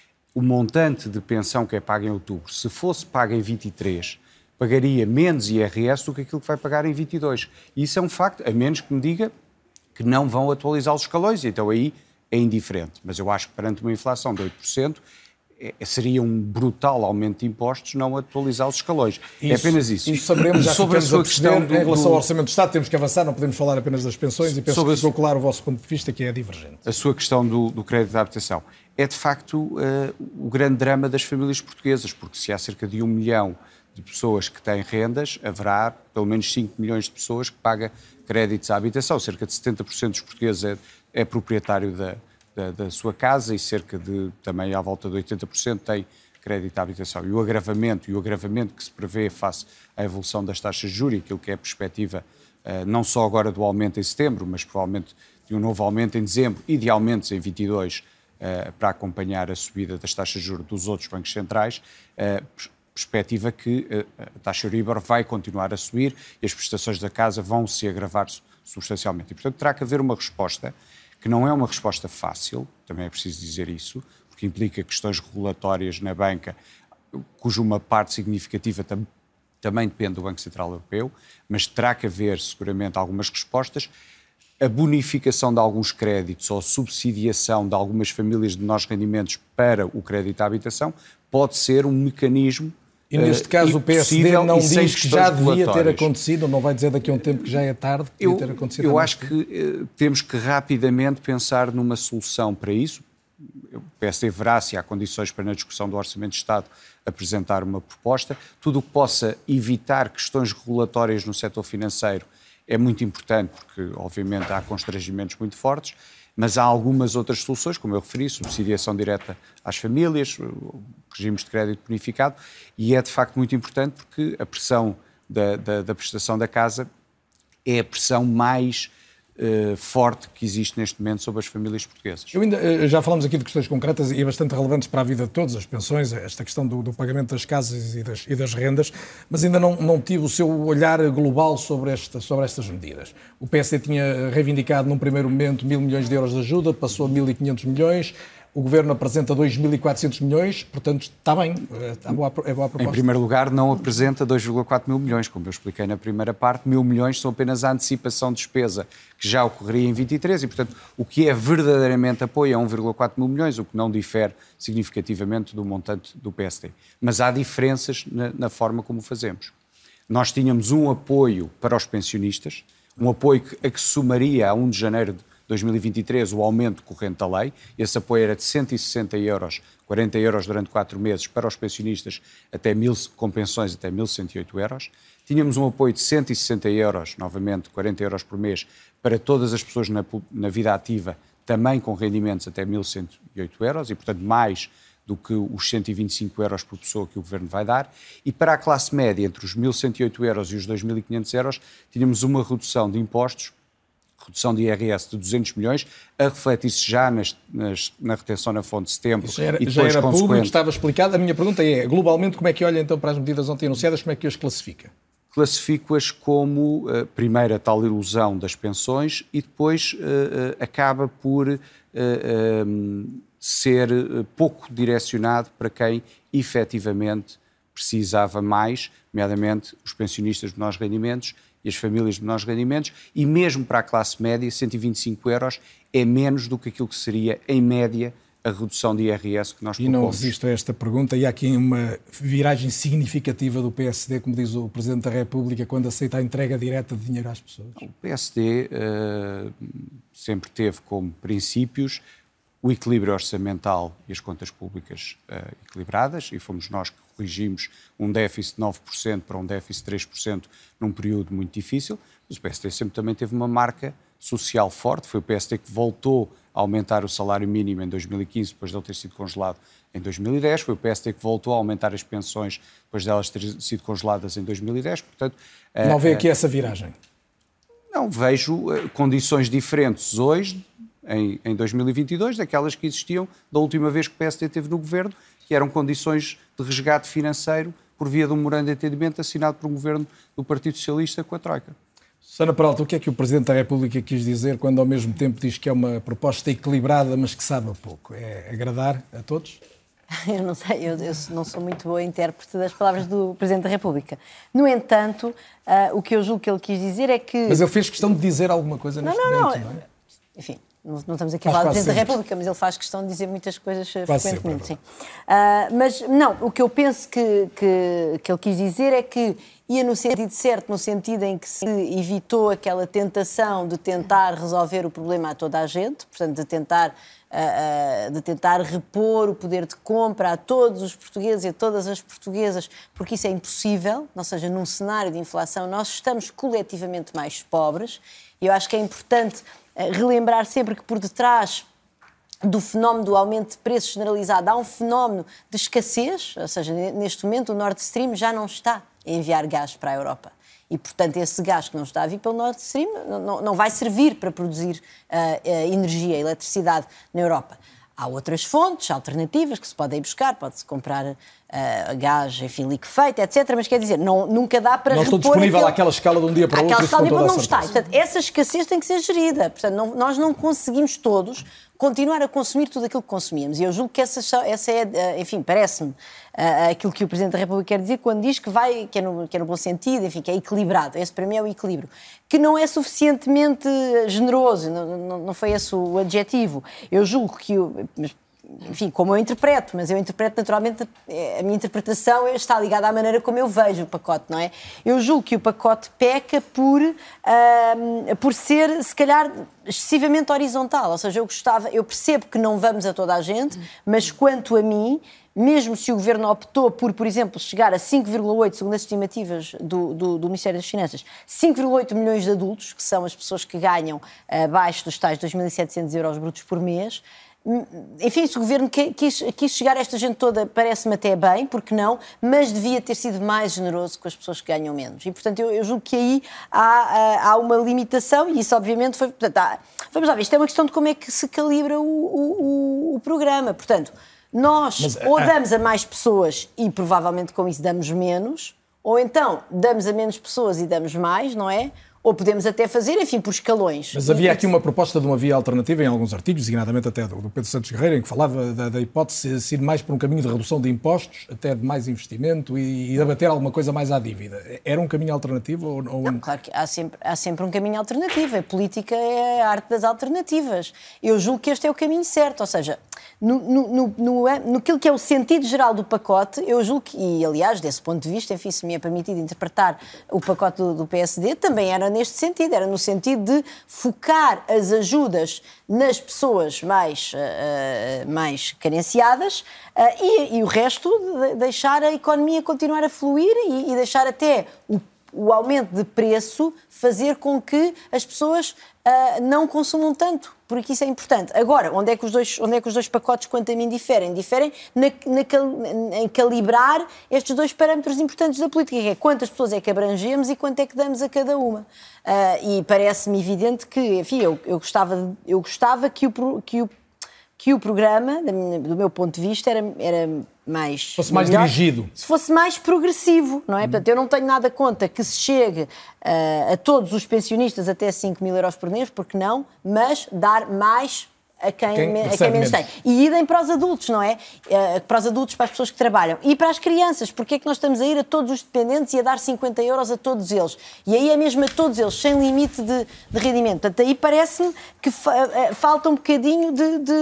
o montante de pensão que é pago em outubro, se fosse pago em 23, pagaria menos IRS do que aquilo que vai pagar em 22. E isso é um facto, a menos que me diga que não vão atualizar os escalões, então aí é indiferente. Mas eu acho que perante uma inflação de 8%, seria um brutal aumento de impostos não atualizar os escalões. É apenas isso. Isso saberemos, já sobre a sua questão em relação ao Orçamento do Estado, temos que avançar, não podemos falar apenas das pensões e penso que ficou claro o vosso ponto de vista, que é divergente. A sua questão do crédito de habitação é, de facto, o grande drama das famílias portuguesas, porque se há cerca de 1 milhão de pessoas que têm rendas, haverá pelo menos 5 milhões de pessoas que pagam créditos à habitação. Cerca de 70% dos portugueses é proprietário da sua casa e cerca de, também à volta de 80% tem crédito à habitação. E o agravamento que se prevê face à evolução das taxas de juros, aquilo que é a perspectiva não só agora do aumento em setembro, mas provavelmente de um novo aumento em dezembro e de aumentos em 22 para acompanhar a subida das taxas de juros dos outros bancos centrais, perspectiva que a taxa Euribor vai continuar a subir e as prestações da casa vão se agravar substancialmente. E, portanto, terá que haver uma resposta que não é uma resposta fácil, também é preciso dizer isso, porque implica questões regulatórias na banca, cuja uma parte significativa também depende do Banco Central Europeu, mas terá que haver seguramente algumas respostas. A bonificação de alguns créditos ou subsidiação de algumas famílias de menores rendimentos para o crédito à habitação pode ser um mecanismo. E neste caso o PSD não diz que já devia ter acontecido, não vai dizer daqui a um tempo que já é tarde, que devia ter acontecido. Eu acho que temos que rapidamente pensar numa solução para isso. O PSD verá se há condições para, na discussão do Orçamento de Estado, apresentar uma proposta. Tudo o que possa evitar questões regulatórias no setor financeiro é muito importante, porque obviamente há constrangimentos muito fortes, mas há algumas outras soluções, como eu referi, subsidiação direta às famílias, regimes de crédito bonificado, e é de facto muito importante porque a pressão da prestação da casa é a pressão mais forte que existe neste momento sobre as famílias portuguesas. Já falamos aqui de questões concretas e bastante relevantes para a vida de todos, as pensões, esta questão do pagamento das casas e das rendas, mas ainda não tive o seu olhar global sobre estas medidas. O PSD tinha reivindicado num primeiro momento 1.000 milhões de euros de ajuda, passou a 1.500 milhões, o Governo apresenta 2.400 milhões, portanto está bem, é boa a proposta. Em primeiro lugar, não apresenta 2,4 mil milhões, como eu expliquei na primeira parte, 1.000 milhões são apenas a antecipação de despesa que já ocorreria em 23 e, portanto, o que é verdadeiramente apoio é 1,4 mil milhões, o que não difere significativamente do montante do PSD. Mas há diferenças na forma como fazemos. Nós tínhamos um apoio para os pensionistas, um apoio a que somaria a 1 de janeiro de 2023 o aumento corrente da lei. Esse apoio era de 160 euros, 40 euros durante 4 meses para os pensionistas com pensões até 1.108 euros. Tínhamos um apoio de 160 euros, novamente 40 euros por mês, para todas as pessoas na vida ativa, também com rendimentos até 1.108 euros e, portanto, mais do que os 125 euros por pessoa que o Governo vai dar. E para a classe média, entre os 1.108 euros e os 2.500 euros, tínhamos uma redução de impostos, redução de IRS de 200 milhões, a refletir-se já na retenção na fonte de setembro. Já era público, estava explicado. A minha pergunta é, globalmente, como é que olha então para as medidas ontem anunciadas, como é que as classifica? Classifico-as como, primeiro, a tal ilusão das pensões e depois acaba por ser pouco direcionado para quem efetivamente precisava mais, nomeadamente os pensionistas de menores rendimentos e as famílias de menores rendimentos, e mesmo para a classe média, 125 euros é menos do que aquilo que seria, em média, a redução de IRS que nós propomos. E não resisto a esta pergunta, e há aqui uma viragem significativa do PSD, como diz o Presidente da República, quando aceita a entrega direta de dinheiro às pessoas. O PSD sempre teve como princípios o equilíbrio orçamental e as contas públicas equilibradas, e fomos nós que corrigimos um déficit de 9% para um déficit de 3% num período muito difícil, mas o PSD sempre também teve uma marca social forte. Foi o PSD que voltou a aumentar o salário mínimo em 2015, depois de ele ter sido congelado em 2010. Foi o PSD que voltou a aumentar as pensões depois de elas terem sido congeladas em 2010. Portanto, não vê aqui essa viragem? Não, vejo condições diferentes hoje, em 2022, daquelas que existiam da última vez que o PSD esteve no Governo, que eram condições de resgate financeiro por via de um memorando de entendimento assinado por um Governo do Partido Socialista com a Troika. Susana Peralta, o que é que o Presidente da República quis dizer quando ao mesmo tempo diz que é uma proposta equilibrada, mas que sabe a pouco? É agradar a todos? Eu não sei, eu não sou muito boa intérprete das palavras do Presidente da República. No entanto, o que eu julgo que ele quis dizer é que... Mas ele fez questão de dizer alguma coisa neste momento, não é? Enfim, não estamos aqui a falar do Presidente da República, mas ele faz questão de dizer muitas coisas frequentemente, sim. Mas, não, o que eu penso que ele quis dizer é que ia no sentido certo, no sentido em que se evitou aquela tentação de tentar resolver o problema a toda a gente, portanto, de tentar repor o poder de compra a todos os portugueses e a todas as portuguesas, porque isso é impossível, ou seja, num cenário de inflação nós estamos coletivamente mais pobres, e eu acho que é importante relembrar sempre que por detrás do fenómeno do aumento de preços generalizado há um fenómeno de escassez, ou seja, neste momento o Nord Stream já não está a enviar gás para a Europa. E, portanto, esse gás que não está a vir pelo Nord Stream não vai servir para produzir energia, eletricidade na Europa. Há outras fontes alternativas que se podem buscar, pode-se comprar gás, enfim, liquefeito, etc. Mas quer dizer, nunca dá para repor... Não estou disponível àquela escala de um dia para o outro. Aquela escala de um dia para não está. Portanto, essa escassez tem que ser gerida. Portanto, nós não conseguimos todos continuar a consumir tudo aquilo que consumíamos. E eu julgo que essa é, enfim, parece-me aquilo que o Presidente da República quer dizer quando diz que é no bom sentido, enfim, que é equilibrado. Esse para mim é o equilíbrio. Que não é suficientemente generoso, não foi esse o adjetivo. Eu julgo que... Enfim, como eu interpreto, mas eu interpreto naturalmente, a minha interpretação está ligada à maneira como eu vejo o pacote, não é? Eu julgo que o pacote peca por ser, se calhar, excessivamente horizontal, ou seja, eu percebo que não vamos a toda a gente, mas quanto a mim, mesmo se o Governo optou por exemplo, chegar a 5,8, segundo as estimativas do Ministério das Finanças, 5,8 milhões de adultos, que são as pessoas que ganham abaixo dos tais 2.700 euros brutos por mês, enfim, se o Governo quis chegar a esta gente toda, parece-me até bem, porque não, mas devia ter sido mais generoso com as pessoas que ganham menos. E, portanto, eu julgo que aí há uma limitação e isso, obviamente, foi... Portanto, vamos lá ver, isto é uma questão de como é que se calibra o programa. Portanto, nós ou damos a mais pessoas e, provavelmente, com isso damos menos, ou então damos a menos pessoas e damos mais, não é? Ou podemos até fazer, enfim, por escalões. Mas havia aqui uma proposta de uma via alternativa em alguns artigos, designadamente até do Pedro Santos Guerreiro, em que falava da hipótese de ir mais por um caminho de redução de impostos, até de mais investimento e de abater alguma coisa mais à dívida. Era um caminho alternativo? Ou... Não, claro que há sempre um caminho alternativo. A política é a arte das alternativas. Eu julgo que este é o caminho certo, ou seja, no que é o sentido geral do pacote, eu julgo que, e aliás, desse ponto de vista, enfim, se me é permitido interpretar o pacote do PSD, também era neste sentido, era no sentido de focar as ajudas nas pessoas mais carenciadas e o resto deixar a economia continuar a fluir e deixar até o aumento de preço fazer com que as pessoas não consumam tanto, porque isso é importante. Agora, onde é que os dois pacotes, quanto a mim, diferem? Diferem em calibrar estes dois parâmetros importantes da política, que é quantas pessoas é que abrangemos e quanto é que damos a cada uma. E parece-me evidente que, enfim, eu gostava que o programa, do meu ponto de vista, era mais... Fosse mais dirigido. Se fosse mais progressivo, não é? Portanto, eu não tenho nada contra que se chegue a todos os pensionistas até 5 mil euros por mês, porque não, mas dar mais a quem menos tem. E idem para os adultos, não é? Para os adultos, para as pessoas que trabalham. E para as crianças, porque é que nós estamos a ir a todos os dependentes e a dar 50 euros a todos eles? E aí é mesmo a todos eles, sem limite de rendimento. Portanto, aí parece-me que falta um bocadinho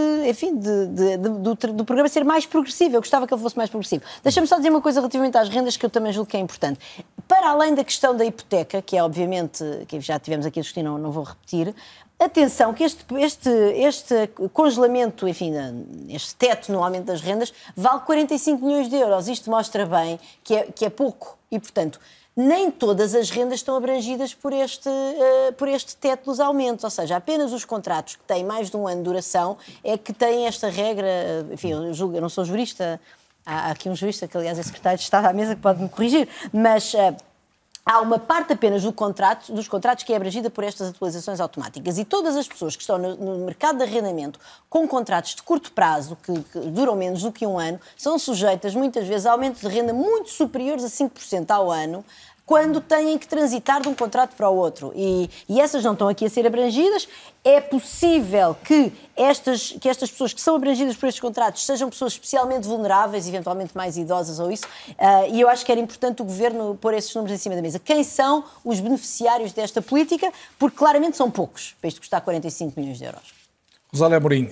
do programa ser mais progressivo. Eu gostava que ele fosse mais progressivo. Deixa-me só dizer uma coisa relativamente às rendas que eu também julgo que é importante. Para além da questão da hipoteca, que é obviamente, que já tivemos aqui a discutir, não vou repetir, atenção que este congelamento, enfim, este teto no aumento das rendas, vale 45 milhões de euros. Isto mostra bem que é pouco e, portanto, nem todas as rendas estão abrangidas por este teto dos aumentos. Ou seja, apenas os contratos que têm mais de um ano de duração é que têm esta regra. Enfim, eu não sou jurista, há aqui um jurista que, aliás, é secretário de Estado à mesa que pode me corrigir, mas... há uma parte apenas dos contratos que é abrangida por estas atualizações automáticas e todas as pessoas que estão no mercado de arrendamento com contratos de curto prazo, que duram menos do que um ano, são sujeitas muitas vezes a aumentos de renda muito superiores a 5% ao ano, quando têm que transitar de um contrato para o outro. E essas não estão aqui a ser abrangidas. É possível que estas pessoas que são abrangidas por estes contratos sejam pessoas especialmente vulneráveis, eventualmente mais idosas ou isso, e eu acho que era importante o Governo pôr esses números em cima da mesa. Quem são os beneficiários desta política? Porque claramente são poucos, para isto custar 45 milhões de euros. Rosália Amorim,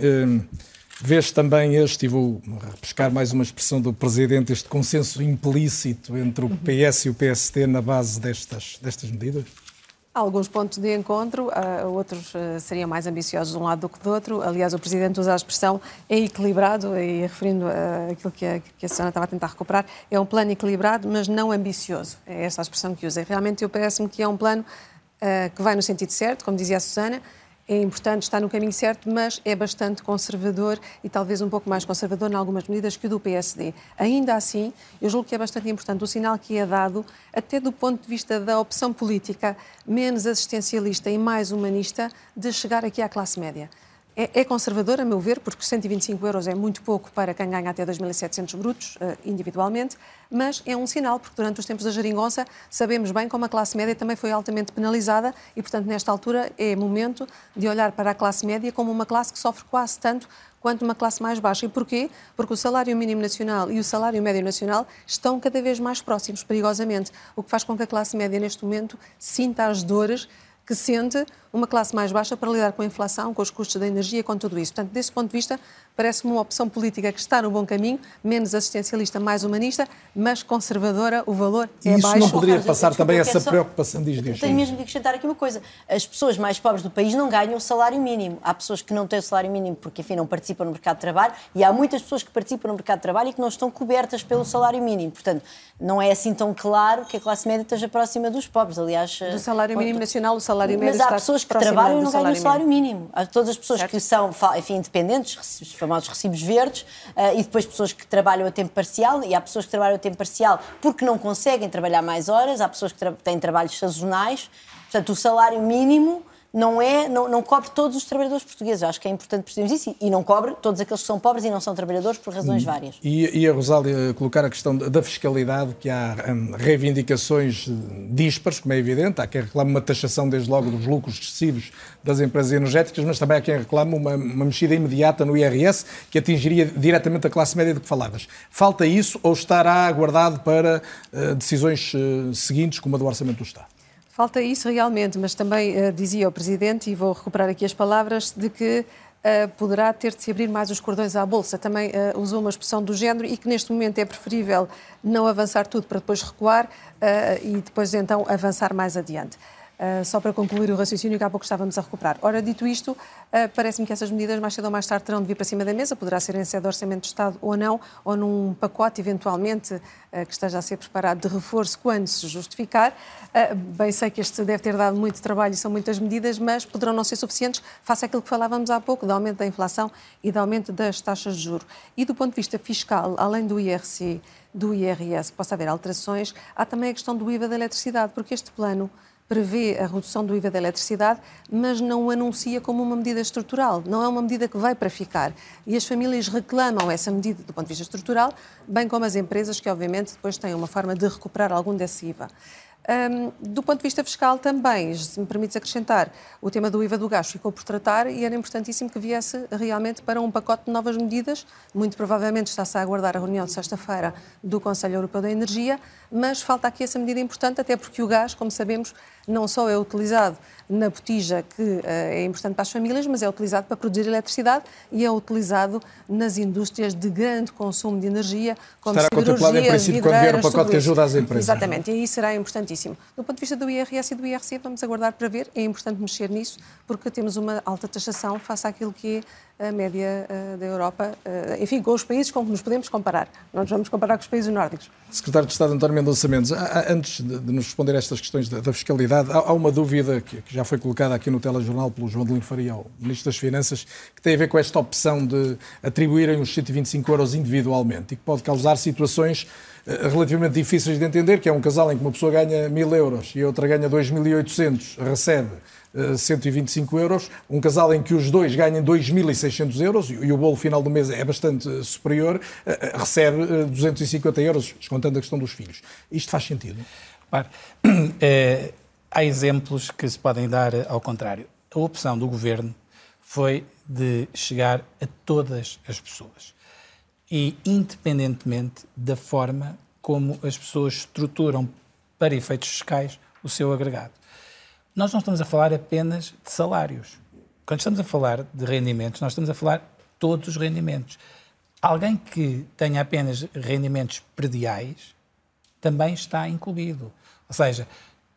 vês também e vou repescar mais uma expressão do Presidente, este consenso implícito entre o PS e o PSD na base destas medidas? Há alguns pontos de encontro, outros seriam mais ambiciosos de um lado do que do outro. Aliás, o Presidente usa a expressão é equilibrado, e referindo àquilo que a Susana estava a tentar recuperar, é um plano equilibrado, mas não ambicioso. É esta a expressão que usa. E realmente eu parece-me que é um plano que vai no sentido certo, como dizia a Susana. É importante, está no caminho certo, mas é bastante conservador e talvez um pouco mais conservador em algumas medidas que o do PSD. Ainda assim, eu julgo que é bastante importante o sinal que é dado, até do ponto de vista da opção política menos assistencialista e mais humanista, de chegar aqui à classe média. É conservador, a meu ver, porque 125 euros é muito pouco para quem ganha até 2.700 brutos, individualmente, mas é um sinal, porque durante os tempos da geringonça sabemos bem como a classe média também foi altamente penalizada e, portanto, nesta altura é momento de olhar para a classe média como uma classe que sofre quase tanto quanto uma classe mais baixa. E porquê? Porque o salário mínimo nacional e o salário médio nacional estão cada vez mais próximos, perigosamente, o que faz com que a classe média, neste momento, sinta as dores que sente uma classe mais baixa para lidar com a inflação, com os custos da energia, com tudo isso. Portanto, desse ponto de vista, parece-me uma opção política que está no bom caminho, menos assistencialista, mais humanista, mas conservadora, o valor é baixo. Isso não poderia passar também essa preocupação? Diz. Tenho mesmo de acrescentar aqui uma coisa. As pessoas mais pobres do país não ganham o salário mínimo. Há pessoas que não têm o salário mínimo porque, enfim, não participam no mercado de trabalho e há muitas pessoas que participam no mercado de trabalho e que não estão cobertas pelo salário mínimo. Portanto, não é assim tão claro que a classe média esteja próxima dos pobres. Aliás, do salário mínimo nacional, o salário médio está próximo. Mas há pessoas que trabalham e não ganham o salário mínimo. Há todas as pessoas que são, enfim, independentes, famosos recibos verdes, e depois pessoas que trabalham a tempo parcial, e há pessoas que trabalham a tempo parcial porque não conseguem trabalhar mais horas, há pessoas que têm trabalhos sazonais. Portanto, o salário mínimo não cobre todos os trabalhadores portugueses. Eu acho que é importante percebermos isso, e não cobre todos aqueles que são pobres e não são trabalhadores por razões várias. E a Rosália colocar a questão da fiscalidade, que há reivindicações díspares, como é evidente. Há quem reclame uma taxação, desde logo, dos lucros excessivos das empresas energéticas, mas também há quem reclame uma mexida imediata no IRS, que atingiria diretamente a classe média de que falavas. Falta isso ou estará aguardado para decisões seguintes, como a do Orçamento do Estado? Falta isso realmente, mas também dizia o Presidente, e vou recuperar aqui as palavras, de que poderá ter de se abrir mais os cordões à Bolsa. Também usou uma expressão do género, e que neste momento é preferível não avançar tudo para depois recuar e depois então avançar mais adiante. Só para concluir o raciocínio que há pouco estávamos a recuperar. Ora, dito isto, parece-me que essas medidas mais cedo ou mais tarde terão de vir para cima da mesa, poderá ser em sede de Orçamento de Estado ou não, ou num pacote, eventualmente, que esteja a ser preparado de reforço quando se justificar. Bem sei que este deve ter dado muito trabalho e são muitas medidas, mas poderão não ser suficientes face àquilo que falávamos há pouco, do aumento da inflação e do aumento das taxas de juros. E do ponto de vista fiscal, além do IRC, do IRS, que possa haver alterações, há também a questão do IVA da eletricidade, porque este plano prevê a redução do IVA da eletricidade, mas não o anuncia como uma medida estrutural. Não é uma medida que vai para ficar. E as famílias reclamam essa medida do ponto de vista estrutural, bem como as empresas, que obviamente depois têm uma forma de recuperar algum desse IVA. Do ponto de vista fiscal também, se me permites acrescentar, o tema do IVA do gás ficou por tratar e era importantíssimo que viesse realmente para um pacote de novas medidas. Muito provavelmente está-se a aguardar a reunião de sexta-feira do Conselho Europeu da Energia, mas falta aqui essa medida importante, até porque o gás, como sabemos, não só é utilizado na botija, que é importante para as famílias, mas é utilizado para produzir eletricidade e é utilizado nas indústrias de grande consumo de energia, como estará contemplado, em princípio, quando vier o pacote de ajuda às empresas. Exatamente, e aí será importantíssimo. Do ponto de vista do IRS e do IRC, vamos aguardar para ver. É importante mexer nisso, porque temos uma alta taxação face àquilo que é a média da Europa, enfim, com os países com que nos podemos comparar. Não nos vamos comparar com os países nórdicos. Secretário de Estado António Mendonça Mendes, antes de nos responder a estas questões da fiscalidade, há uma dúvida que já foi colocada aqui no telejornal pelo João de Lino Faria, ao Ministro das Finanças, que tem a ver com esta opção de atribuírem os 125 euros individualmente e que pode causar situações relativamente difíceis de entender, que é um casal em que uma pessoa ganha 1.000 euros e a outra ganha 2.800, recebe 125 euros, um casal em que os dois ganham 2.600 euros e o bolo final do mês é bastante superior, recebe 250 euros, descontando a questão dos filhos. Isto faz sentido? Claro. Há exemplos que se podem dar ao contrário. A opção do Governo foi de chegar a todas as pessoas e, independentemente da forma como as pessoas estruturam para efeitos fiscais o seu agregado. Nós não estamos a falar apenas de salários. Quando estamos a falar de rendimentos, nós estamos a falar de todos os rendimentos. Alguém que tenha apenas rendimentos prediais também está incluído. Ou seja,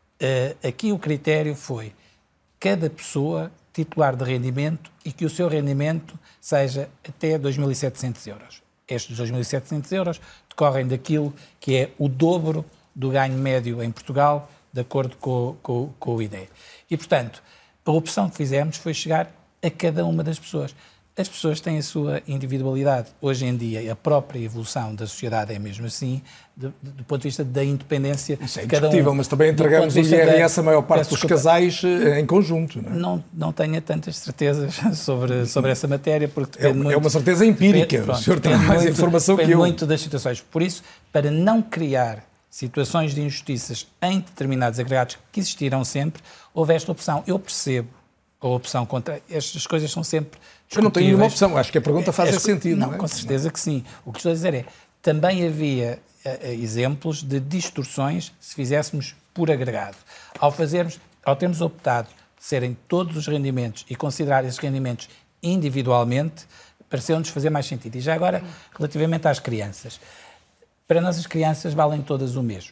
aqui o critério foi cada pessoa titular de rendimento e que o seu rendimento seja até 2.700 euros. Estes 2.700 euros decorrem daquilo que é o dobro do ganho médio em Portugal, de acordo com o INE. E, portanto, a opção que fizemos foi chegar a cada uma das pessoas. As pessoas têm a sua individualidade. Hoje em dia, a própria evolução da sociedade é mesmo assim, do ponto de vista da independência de cada um. Mas também entregamos o IRS a maior parte dos casais em conjunto. Não tenho tantas certezas sobre essa matéria, porque depende muito... É uma certeza empírica. O senhor tem mais informação que eu. Depende muito das situações. Por isso, para não criar situações de injustiças em determinados agregados que existirão sempre, houve esta opção. Eu percebo a opção contra... Estas coisas são sempre discutíveis. Eu não tenho nenhuma opção. Acho que a pergunta faz esse sentido. Não, com certeza que sim. O que estou a dizer é, também havia exemplos de distorções se fizéssemos por agregado. Ao termos optado serem todos os rendimentos e considerar esses rendimentos individualmente, pareceu-nos fazer mais sentido. E já agora, relativamente às crianças. Para nós as crianças valem todas o mesmo.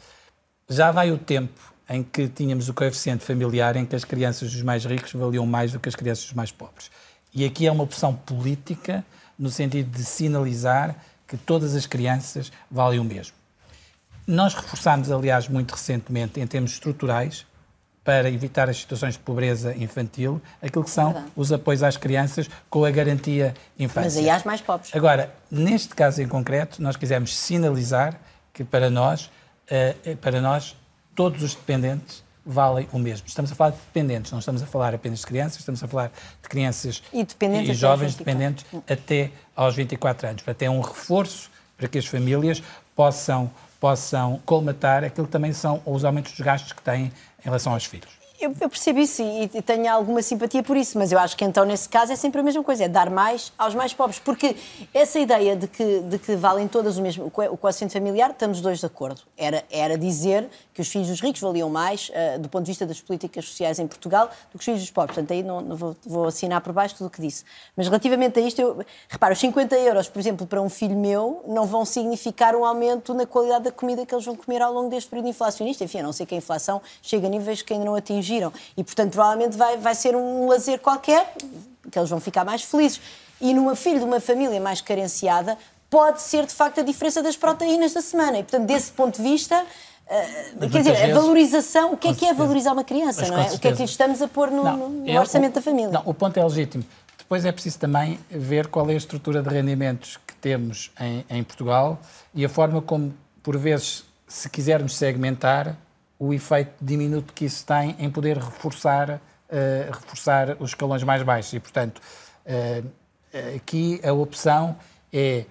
Já vai o tempo em que tínhamos o coeficiente familiar em que as crianças dos mais ricos valiam mais do que as crianças dos mais pobres. E aqui é uma opção política no sentido de sinalizar que todas as crianças valem o mesmo. Nós reforçámos, aliás, muito recentemente, em termos estruturais, para evitar as situações de pobreza infantil, aquilo que são os apoios às crianças com a garantia infância. Mas aí há as mais pobres. Agora, neste caso em concreto, nós quisemos sinalizar que para nós todos os dependentes valem o mesmo. Estamos a falar de dependentes, não estamos a falar apenas de crianças, estamos a falar de crianças e jovens dependentes até aos 24 anos. Para ter um reforço para que as famílias possam colmatar aquilo que também são os aumentos dos gastos que têm em relação aos filhos. Eu percebo isso e tenho alguma simpatia por isso, mas eu acho que então nesse caso é sempre a mesma coisa, é dar mais aos mais pobres, porque essa ideia de que valem todas o mesmo, o quociente familiar, estamos dois de acordo. Era dizer que os filhos dos ricos valiam mais do ponto de vista das políticas sociais em Portugal do que os filhos dos pobres, portanto aí não vou assinar por baixo tudo o que disse. Mas relativamente a isto, repara, os 50 euros, por exemplo, para um filho meu, não vão significar um aumento na qualidade da comida que eles vão comer ao longo deste período inflacionista, enfim, a não ser que a inflação chegue a níveis que ainda não atingiram. E, portanto, provavelmente vai ser um lazer qualquer, que eles vão ficar mais felizes. E numa filho de uma família mais carenciada, pode ser, de facto, a diferença das proteínas da semana. E, portanto, desse ponto de vista, quer dizer, a valorização, o que é valorizar uma criança, não é? O que é que lhe estamos a pôr no orçamento da família? Não, o ponto é legítimo. Depois é preciso também ver qual é a estrutura de rendimentos que temos em Portugal e a forma como, por vezes, se quisermos segmentar, o efeito diminuto que isso tem em poder reforçar os escalões mais baixos. E, portanto, aqui a opção é,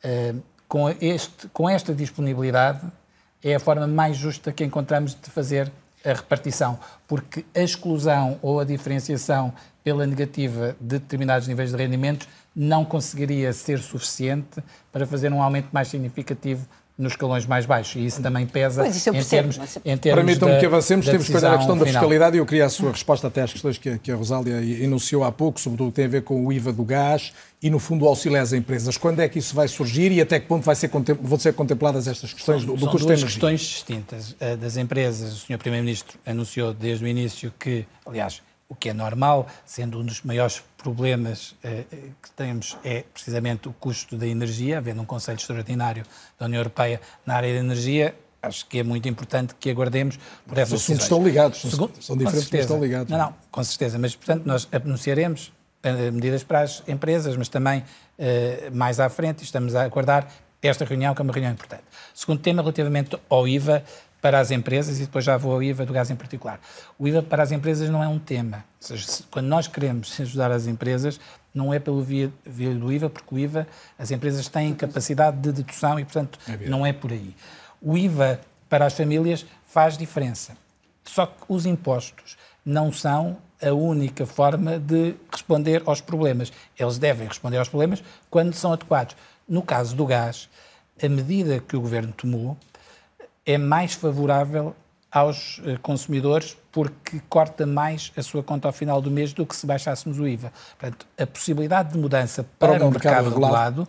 com esta disponibilidade, é a forma mais justa que encontramos de fazer a repartição, porque a exclusão ou a diferenciação pela negativa de determinados níveis de rendimentos não conseguiria ser suficiente para fazer um aumento mais significativo nos escalões mais baixos, e isso também pesa em termos Permitam-me que avancemos, temos que olhar a questão da fiscalidade e eu queria a sua resposta até às questões que a Rosália enunciou há pouco, sobretudo tem a ver com o IVA do gás e, no fundo, o auxílio às empresas. Quando é que isso vai surgir e até que ponto vão ser contempladas estas questões do custo da energia? São duas questões distintas. Das empresas, o Sr. Primeiro-Ministro anunciou desde o início que, aliás, o que é normal, sendo um dos maiores problemas que temos é precisamente o custo da energia, havendo um Conselho Extraordinário da União Europeia na área da energia, acho que é muito importante que aguardemos por essas decisões. Os assuntos estão ligados, são diferentes, mas estão ligados. Não, com certeza, mas portanto nós anunciaremos medidas para as empresas, mas também mais à frente estamos a aguardar esta reunião, que é uma reunião importante. Segundo tema, relativamente ao IVA para as empresas, e depois já vou ao IVA do gás em particular. O IVA para as empresas não é um tema. Ou seja, quando nós queremos ajudar as empresas, não é pelo via do IVA, porque o IVA, as empresas têm capacidade de dedução e, portanto, não é por aí. O IVA para as famílias faz diferença. Só que os impostos não são a única forma de responder aos problemas. Eles devem responder aos problemas quando são adequados. No caso do gás, a medida que o Governo tomou é mais favorável aos consumidores porque corta mais a sua conta ao final do mês do que se baixássemos o IVA. Portanto, a possibilidade de mudança para o mercado regulado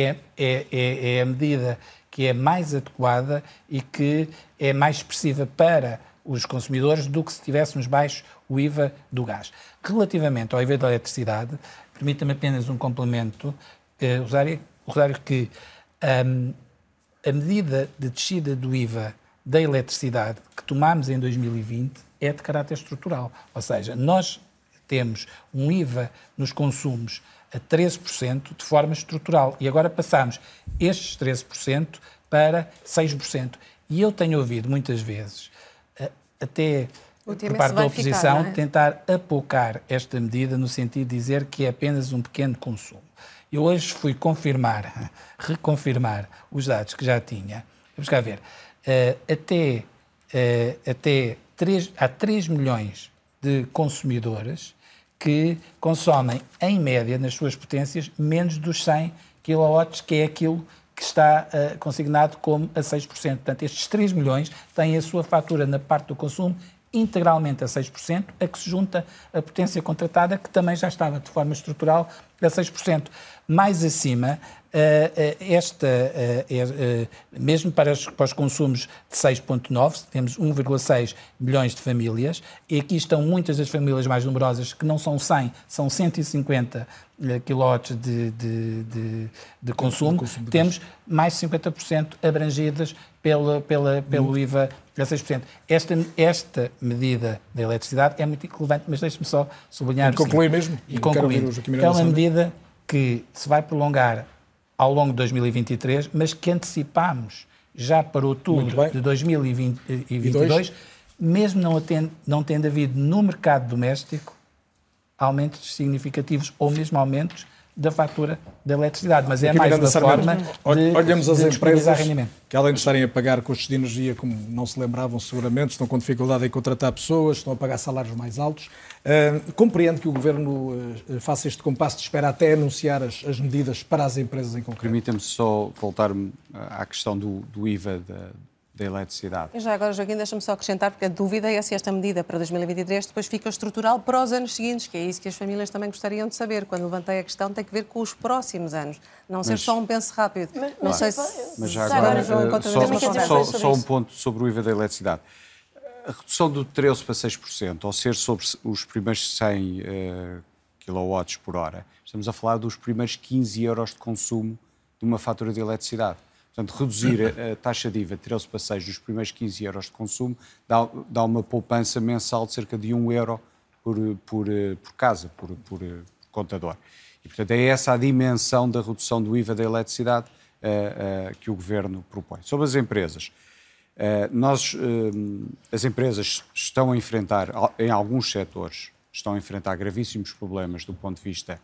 é a medida que é mais adequada e que é mais expressiva para os consumidores do que se tivéssemos baixo o IVA do gás. Relativamente ao IVA da eletricidade, permita-me apenas um complemento, Rosário, que a medida de descida do IVA da eletricidade que tomámos em 2020 é de caráter estrutural. Ou seja, nós temos um IVA nos consumos a 13% de forma estrutural e agora passamos estes 13% para 6%. E eu tenho ouvido muitas vezes, até por parte da oposição, tentar apocar esta medida no sentido de dizer que é apenas um pequeno consumo. Eu hoje fui reconfirmar os dados que já tinha. Vamos cá ver. Há 3 milhões de consumidores que consomem, em média, nas suas potências, menos dos 100 kW, que é aquilo que está consignado como a 6%. Portanto, estes 3 milhões têm a sua fatura na parte do consumo integralmente a 6%, a que se junta a potência contratada, que também já estava de forma estrutural a 6%. Mais acima, Mesmo para os consumos de 6,9, temos 1,6 milhões de famílias, e aqui estão muitas das famílias mais numerosas, que não são 100, são 150 quilowatts de consumo. Temos mais de 50% abrangidas pelo IVA a 6%. Esta medida da eletricidade é muito relevante, mas deixe-me só sublinhar... Concluir mesmo? E concluir. É uma medida que se vai prolongar ao longo de 2023, mas que antecipamos já para outubro de 2022, mesmo não tendo havido no mercado doméstico aumentos significativos ou mesmo aumentos da fatura da eletricidade, mas é mais uma forma olhamos as empresas rendimento. Que, além de estarem a pagar custos de energia como não se lembravam seguramente, estão com dificuldade em contratar pessoas, estão a pagar salários mais altos. Compreendo que o Governo faça este compasso de espera até anunciar as medidas para as empresas em concreto. Permita-me só voltar-me à questão do IVA da eletricidade. E já agora, Joaquim, deixa-me só acrescentar, porque a dúvida é se esta medida para 2023 depois fica estrutural para os anos seguintes, que é isso que as famílias também gostariam de saber. Quando levantei a questão, tem que ver com os próximos anos, não ser só um penso rápido. Não sei se... Mas já agora, só um ponto sobre o IVA da eletricidade. A redução do 13% para 6%, ao ser sobre os primeiros 100 kW por hora, estamos a falar dos primeiros 15 euros de consumo de uma fatura de eletricidade. Portanto, reduzir a taxa de IVA de 13 para 6 dos primeiros 15 euros de consumo dá uma poupança mensal de cerca de 1 euro por casa, por contador. E, portanto, é essa a dimensão da redução do IVA da eletricidade que o Governo propõe. Sobre as empresas, as empresas estão a enfrentar, em alguns setores, estão a enfrentar gravíssimos problemas do ponto de vista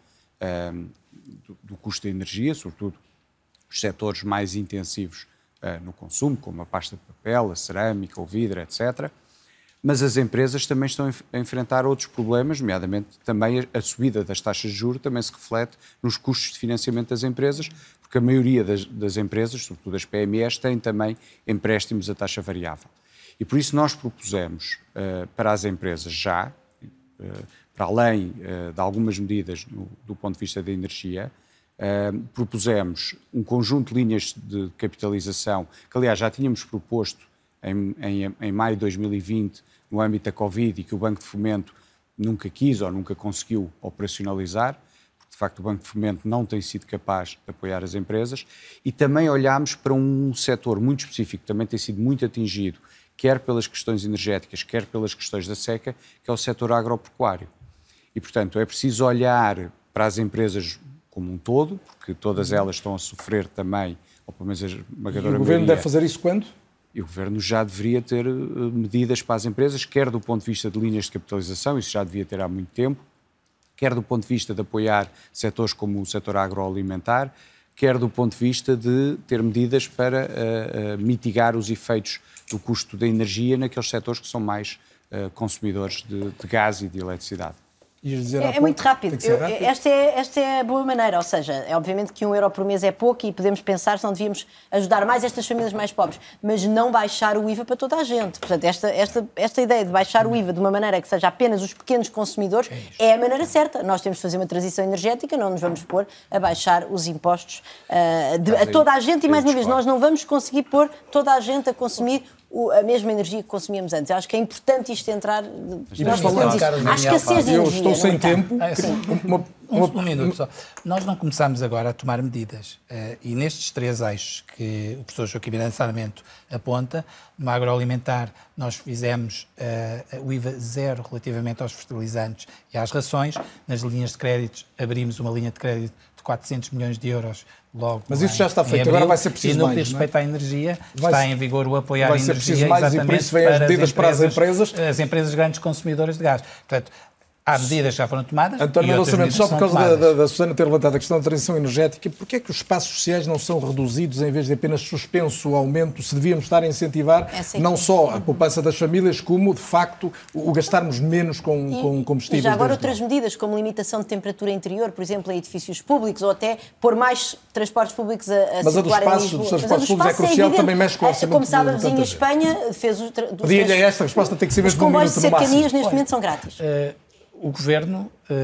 do custo da energia, sobretudo os setores mais intensivos no consumo, como a pasta de papel, a cerâmica, o vidro, etc. Mas as empresas também estão a enfrentar outros problemas, nomeadamente também a subida das taxas de juros também se reflete nos custos de financiamento das empresas, porque a maioria das empresas, sobretudo as PMEs, têm também empréstimos a taxa variável. E por isso nós propusemos para as empresas já, para além de algumas medidas do ponto de vista da energia, propusemos um conjunto de linhas de capitalização, que aliás já tínhamos proposto em maio de 2020, no âmbito da Covid, e que o Banco de Fomento nunca quis ou nunca conseguiu operacionalizar, porque de facto o Banco de Fomento não tem sido capaz de apoiar as empresas, e também olhámos para um setor muito específico, que também tem sido muito atingido, quer pelas questões energéticas, quer pelas questões da seca, que é o setor agropecuário. E, portanto, é preciso olhar para as empresas como um todo, porque todas elas estão a sofrer também, ou pelo menos a esmagadora maioria. E o Governo deve fazer isso quando? E o Governo já deveria ter medidas para as empresas, quer do ponto de vista de linhas de capitalização, isso já devia ter há muito tempo, quer do ponto de vista de apoiar setores como o setor agroalimentar, quer do ponto de vista de ter medidas para mitigar os efeitos do custo da energia naqueles setores que são mais consumidores de gás e de eletricidade. É muito rápido. Esta é a boa maneira, ou seja, é obviamente que €1 por mês é pouco e podemos pensar se não devíamos ajudar mais estas famílias mais pobres, mas não baixar o IVA para toda a gente. Portanto, esta ideia de baixar o IVA de uma maneira que seja apenas os pequenos consumidores é a maneira certa. Nós temos de fazer uma transição energética, não nos vamos pôr a baixar os impostos a toda a gente, e mais uma vez, nós não vamos conseguir pôr toda a gente a consumir a mesma energia que consumíamos antes. Eu acho que é importante isto entrar... Há escassez de energia. Eu estou sem tempo. Um minuto só. Nós não começamos agora a tomar medidas. E nestes 3 eixos que o professor Joaquim Miranda Sarmento aponta, no agroalimentar nós fizemos o IVA zero relativamente aos fertilizantes e às rações. Nas linhas de créditos abrimos uma linha de crédito de 400 milhões de euros logo. Mas isso já está feito, agora vai ser preciso mais. E no que diz respeito à energia, está em vigor o apoiar a energia. Vai ser preciso mais, e por isso vêm as medidas para as empresas. As empresas grandes consumidoras de gás. Portanto, há medidas que já foram tomadas. António Lançamento, só por causa da Susana ter levantado a questão da transição energética, porquê é que os espaços sociais não são reduzidos em vez de apenas suspenso o aumento? Se devíamos estar a incentivar não só a poupança das famílias, como, de facto, o gastarmos menos com combustíveis. E já agora outras medidas, como limitação de temperatura interior, por exemplo, em edifícios públicos, ou até pôr mais transportes públicos a mas a dos transportes públicos é crucial, também mexe com o orçamento. Como sabe, a vizinha Espanha fez os... Esta resposta tem que ser mesmo um minuto no máximo. Os comboios de cercanias neste momento são grátis. O Governo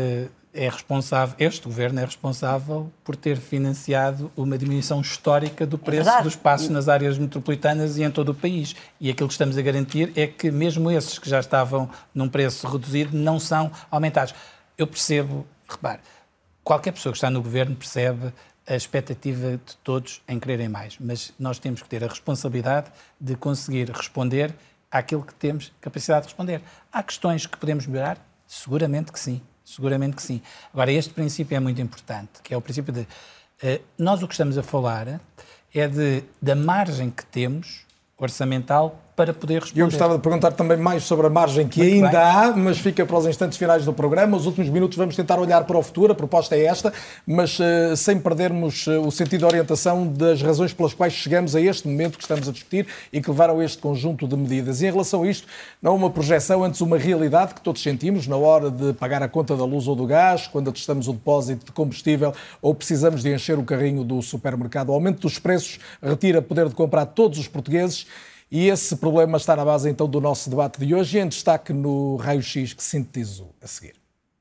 este governo é responsável por ter financiado uma diminuição histórica do preço dos passos nas áreas metropolitanas e em todo o país. E aquilo que estamos a garantir é que mesmo esses que já estavam num preço reduzido não são aumentados. Eu percebo, repare, qualquer pessoa que está no governo percebe a expectativa de todos em quererem mais, mas nós temos que ter a responsabilidade de conseguir responder àquilo que temos capacidade de responder. Há questões que podemos melhorar? Seguramente que sim. Seguramente que sim. Agora, este princípio é muito importante, que é o princípio de... nós o que estamos a falar é da margem que temos orçamental para poder responder. Eu gostava de perguntar também mais sobre a margem que ainda há, mas fica para os instantes finais do programa. Os últimos minutos vamos tentar olhar para o futuro, a proposta é esta, mas sem perdermos o sentido de orientação das razões pelas quais chegamos a este momento que estamos a discutir e que levaram a este conjunto de medidas. E em relação a isto, não uma projeção, antes uma realidade que todos sentimos na hora de pagar a conta da luz ou do gás, quando atestamos o depósito de combustível ou precisamos de encher o carrinho do supermercado. O aumento dos preços retira poder de compra a todos os portugueses. E esse problema está na base, então, do nosso debate de hoje, em destaque no raio-x que sintetizo a seguir.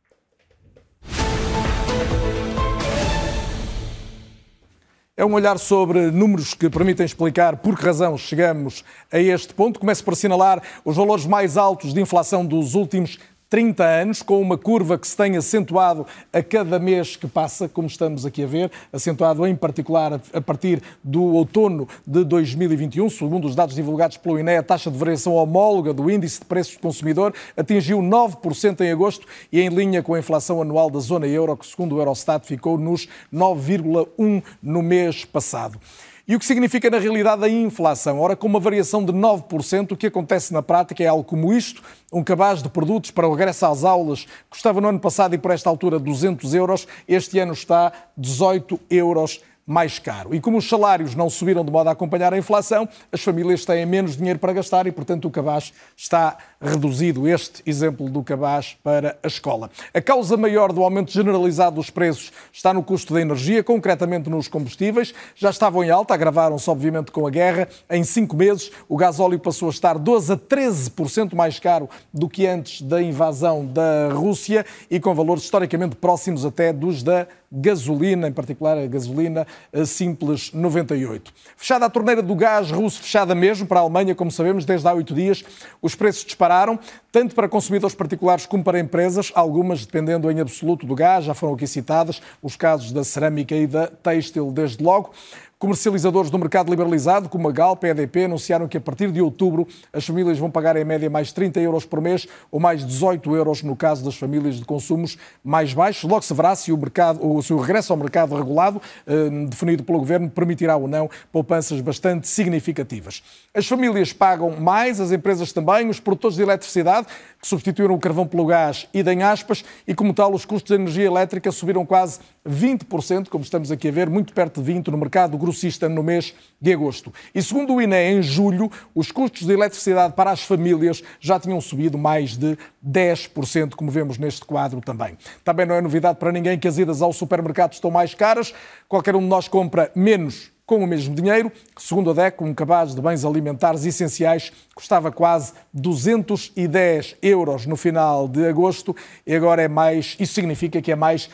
É um olhar sobre números que permitem explicar por que razão chegamos a este ponto. Começo por assinalar os valores mais altos de inflação dos últimos 30 anos, com uma curva que se tem acentuado a cada mês que passa, como estamos aqui a ver, acentuado em particular a partir do outono de 2021. Segundo os dados divulgados pelo INE, a taxa de variação homóloga do índice de preços do consumidor atingiu 9% em agosto e em linha com a inflação anual da zona euro, que segundo o Eurostat ficou nos 9,1% no mês passado. E o que significa na realidade a inflação? Ora, com uma variação de 9%, o que acontece na prática é algo como isto. Um cabaz de produtos para o regresso às aulas custava no ano passado e por esta altura 200 euros. Este ano está 18 euros mais caro. E como os salários não subiram de modo a acompanhar a inflação, as famílias têm menos dinheiro para gastar e, portanto, o cabaz está reduzido. Este exemplo do cabaz para a escola. A causa maior do aumento generalizado dos preços está no custo da energia, concretamente nos combustíveis. Já estavam em alta, agravaram-se obviamente com a guerra. Em 5 meses, o gasóleo passou a estar 12% a 13% mais caro do que antes da invasão da Rússia e com valores historicamente próximos até dos da gasolina, em particular a gasolina simples 98. Fechada a torneira do gás russo, fechada mesmo para a Alemanha, como sabemos, desde há 8 dias, os preços dispararam, tanto para consumidores particulares como para empresas, algumas dependendo em absoluto do gás, já foram aqui citadas, os casos da cerâmica e da têxtil desde logo. Comercializadores do mercado liberalizado, como a Galp e a EDP, anunciaram que a partir de outubro as famílias vão pagar em média mais 30 euros por mês ou mais 18 euros no caso das famílias de consumos mais baixos. Logo se verá se o regresso ao mercado regulado, definido pelo Governo, permitirá ou não poupanças bastante significativas. As famílias pagam mais, as empresas também, os produtores de eletricidade, que substituíram o carvão pelo gás, idem aspas, e como tal os custos de energia elétrica subiram quase 20%, como estamos aqui a ver, muito perto de 20% no mercado grossista no mês de agosto. E segundo o INE, em julho, os custos de eletricidade para as famílias já tinham subido mais de 10%, como vemos neste quadro também. Também não é novidade para ninguém que as idas ao supermercado estão mais caras. Qualquer um de nós compra menos com o mesmo dinheiro. Segundo a DECO, um cabaz de bens alimentares essenciais custava quase 210 euros no final de agosto e agora é mais, isso significa que é mais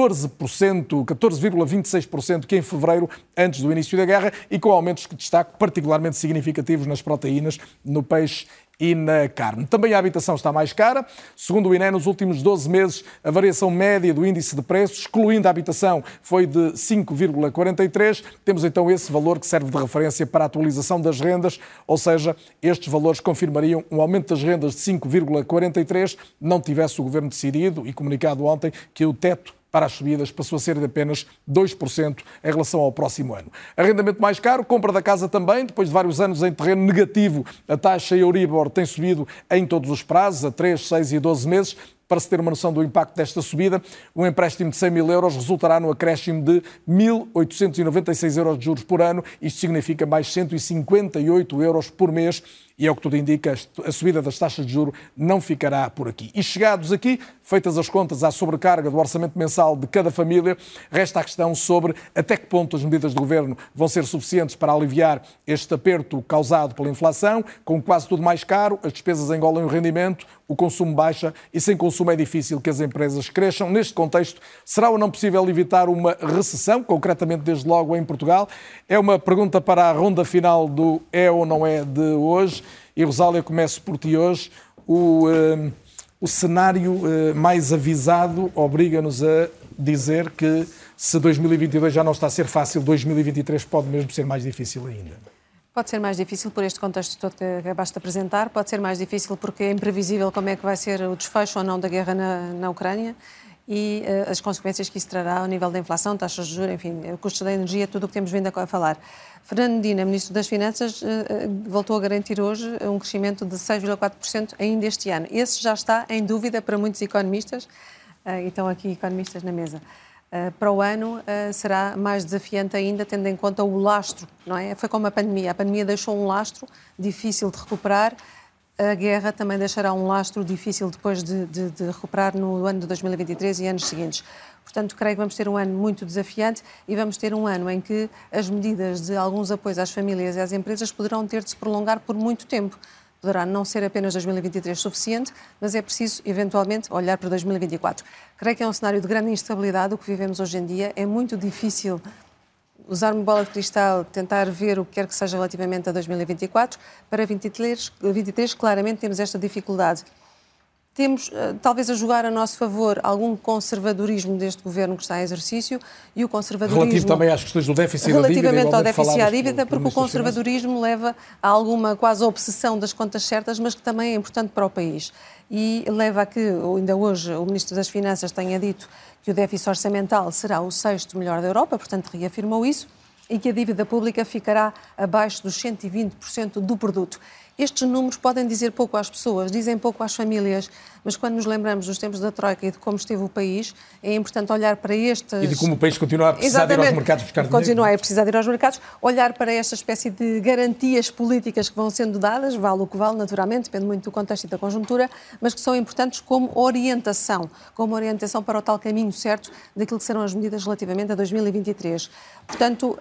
14,26% que em fevereiro, antes do início da guerra, e com aumentos que destaco particularmente significativos nas proteínas, no peixe e na carne. Também a habitação está mais cara. Segundo o INE, nos últimos 12 meses, a variação média do índice de preços, excluindo a habitação, foi de 5,43. Temos então esse valor que serve de referência para a atualização das rendas, ou seja, estes valores confirmariam um aumento das rendas de 5,43, não tivesse o Governo decidido e comunicado ontem que o teto para as subidas passou a ser de apenas 2% em relação ao próximo ano. Arrendamento mais caro, compra da casa também, depois de vários anos em terreno negativo, a taxa Euribor tem subido em todos os prazos, a 3, 6 e 12 meses. Para se ter uma noção do impacto desta subida, um empréstimo de 100 mil euros resultará no acréscimo de 1.896 euros de juros por ano. Isto significa mais 158 euros por mês e, é o que tudo indica, a subida das taxas de juros não ficará por aqui. E chegados aqui, feitas as contas à sobrecarga do orçamento mensal de cada família, resta a questão sobre até que ponto as medidas do Governo vão ser suficientes para aliviar este aperto causado pela inflação. Com quase tudo mais caro, as despesas engolam o rendimento, o consumo baixa e sem consumo é difícil que as empresas cresçam. Neste contexto, será ou não possível evitar uma recessão, concretamente desde logo em Portugal? É uma pergunta para a ronda final do é ou não é de hoje. E Rosália, começo por ti hoje. O cenário mais avisado obriga-nos a dizer que se 2022 já não está a ser fácil, 2023 pode mesmo ser mais difícil ainda. Pode ser mais difícil por este contexto todo que acabaste de apresentar, pode ser mais difícil porque é imprevisível como é que vai ser o desfecho ou não da guerra na Ucrânia e as consequências que isso trará ao nível da inflação, taxas de juros, enfim, custos da energia, tudo o que temos vindo a falar. Fernando Medina, Ministro das Finanças, voltou a garantir hoje um crescimento de 6,4% ainda este ano. Esse já está em dúvida para muitos economistas, e estão aqui economistas na mesa. Para o ano será mais desafiante ainda, tendo em conta o lastro, não é? Foi como a pandemia deixou um lastro difícil de recuperar, a guerra também deixará um lastro difícil depois de recuperar no ano de 2023 e anos seguintes. Portanto, creio que vamos ter um ano muito desafiante e vamos ter um ano em que as medidas de alguns apoios às famílias e às empresas poderão ter de se prolongar por muito tempo. Poderá não ser apenas 2023 suficiente, mas é preciso, eventualmente, olhar para 2024. Creio que é um cenário de grande instabilidade o que vivemos hoje em dia. É muito difícil usar uma bola de cristal, tentar ver o que quer que seja relativamente a 2024. Para 2023, claramente, temos esta dificuldade. Temos, talvez, a jogar a nosso favor algum conservadorismo deste governo que está em exercício e o conservadorismo... Relativo também às questões do déficit e da dívida. Relativamente ao déficit e à dívida, porque o conservadorismo leva a alguma quase obsessão das contas certas, mas que também é importante para o país. E leva a que, ainda hoje, o Ministro das Finanças tenha dito que o déficit orçamental será o 6º melhor da Europa, portanto, reafirmou isso, e que a dívida pública ficará abaixo dos 120% do produto. Estes números podem dizer pouco às pessoas, dizem pouco às famílias, mas quando nos lembramos dos tempos da Troika e de como esteve o país, é importante olhar para estas... E de como o país continua a precisar de ir aos mercados buscar dinheiro. Continua a precisar de ir aos mercados, olhar para esta espécie de garantias políticas que vão sendo dadas, vale o que vale, naturalmente, depende muito do contexto e da conjuntura, mas que são importantes como orientação para o tal caminho certo daquilo que serão as medidas relativamente a 2023. Portanto...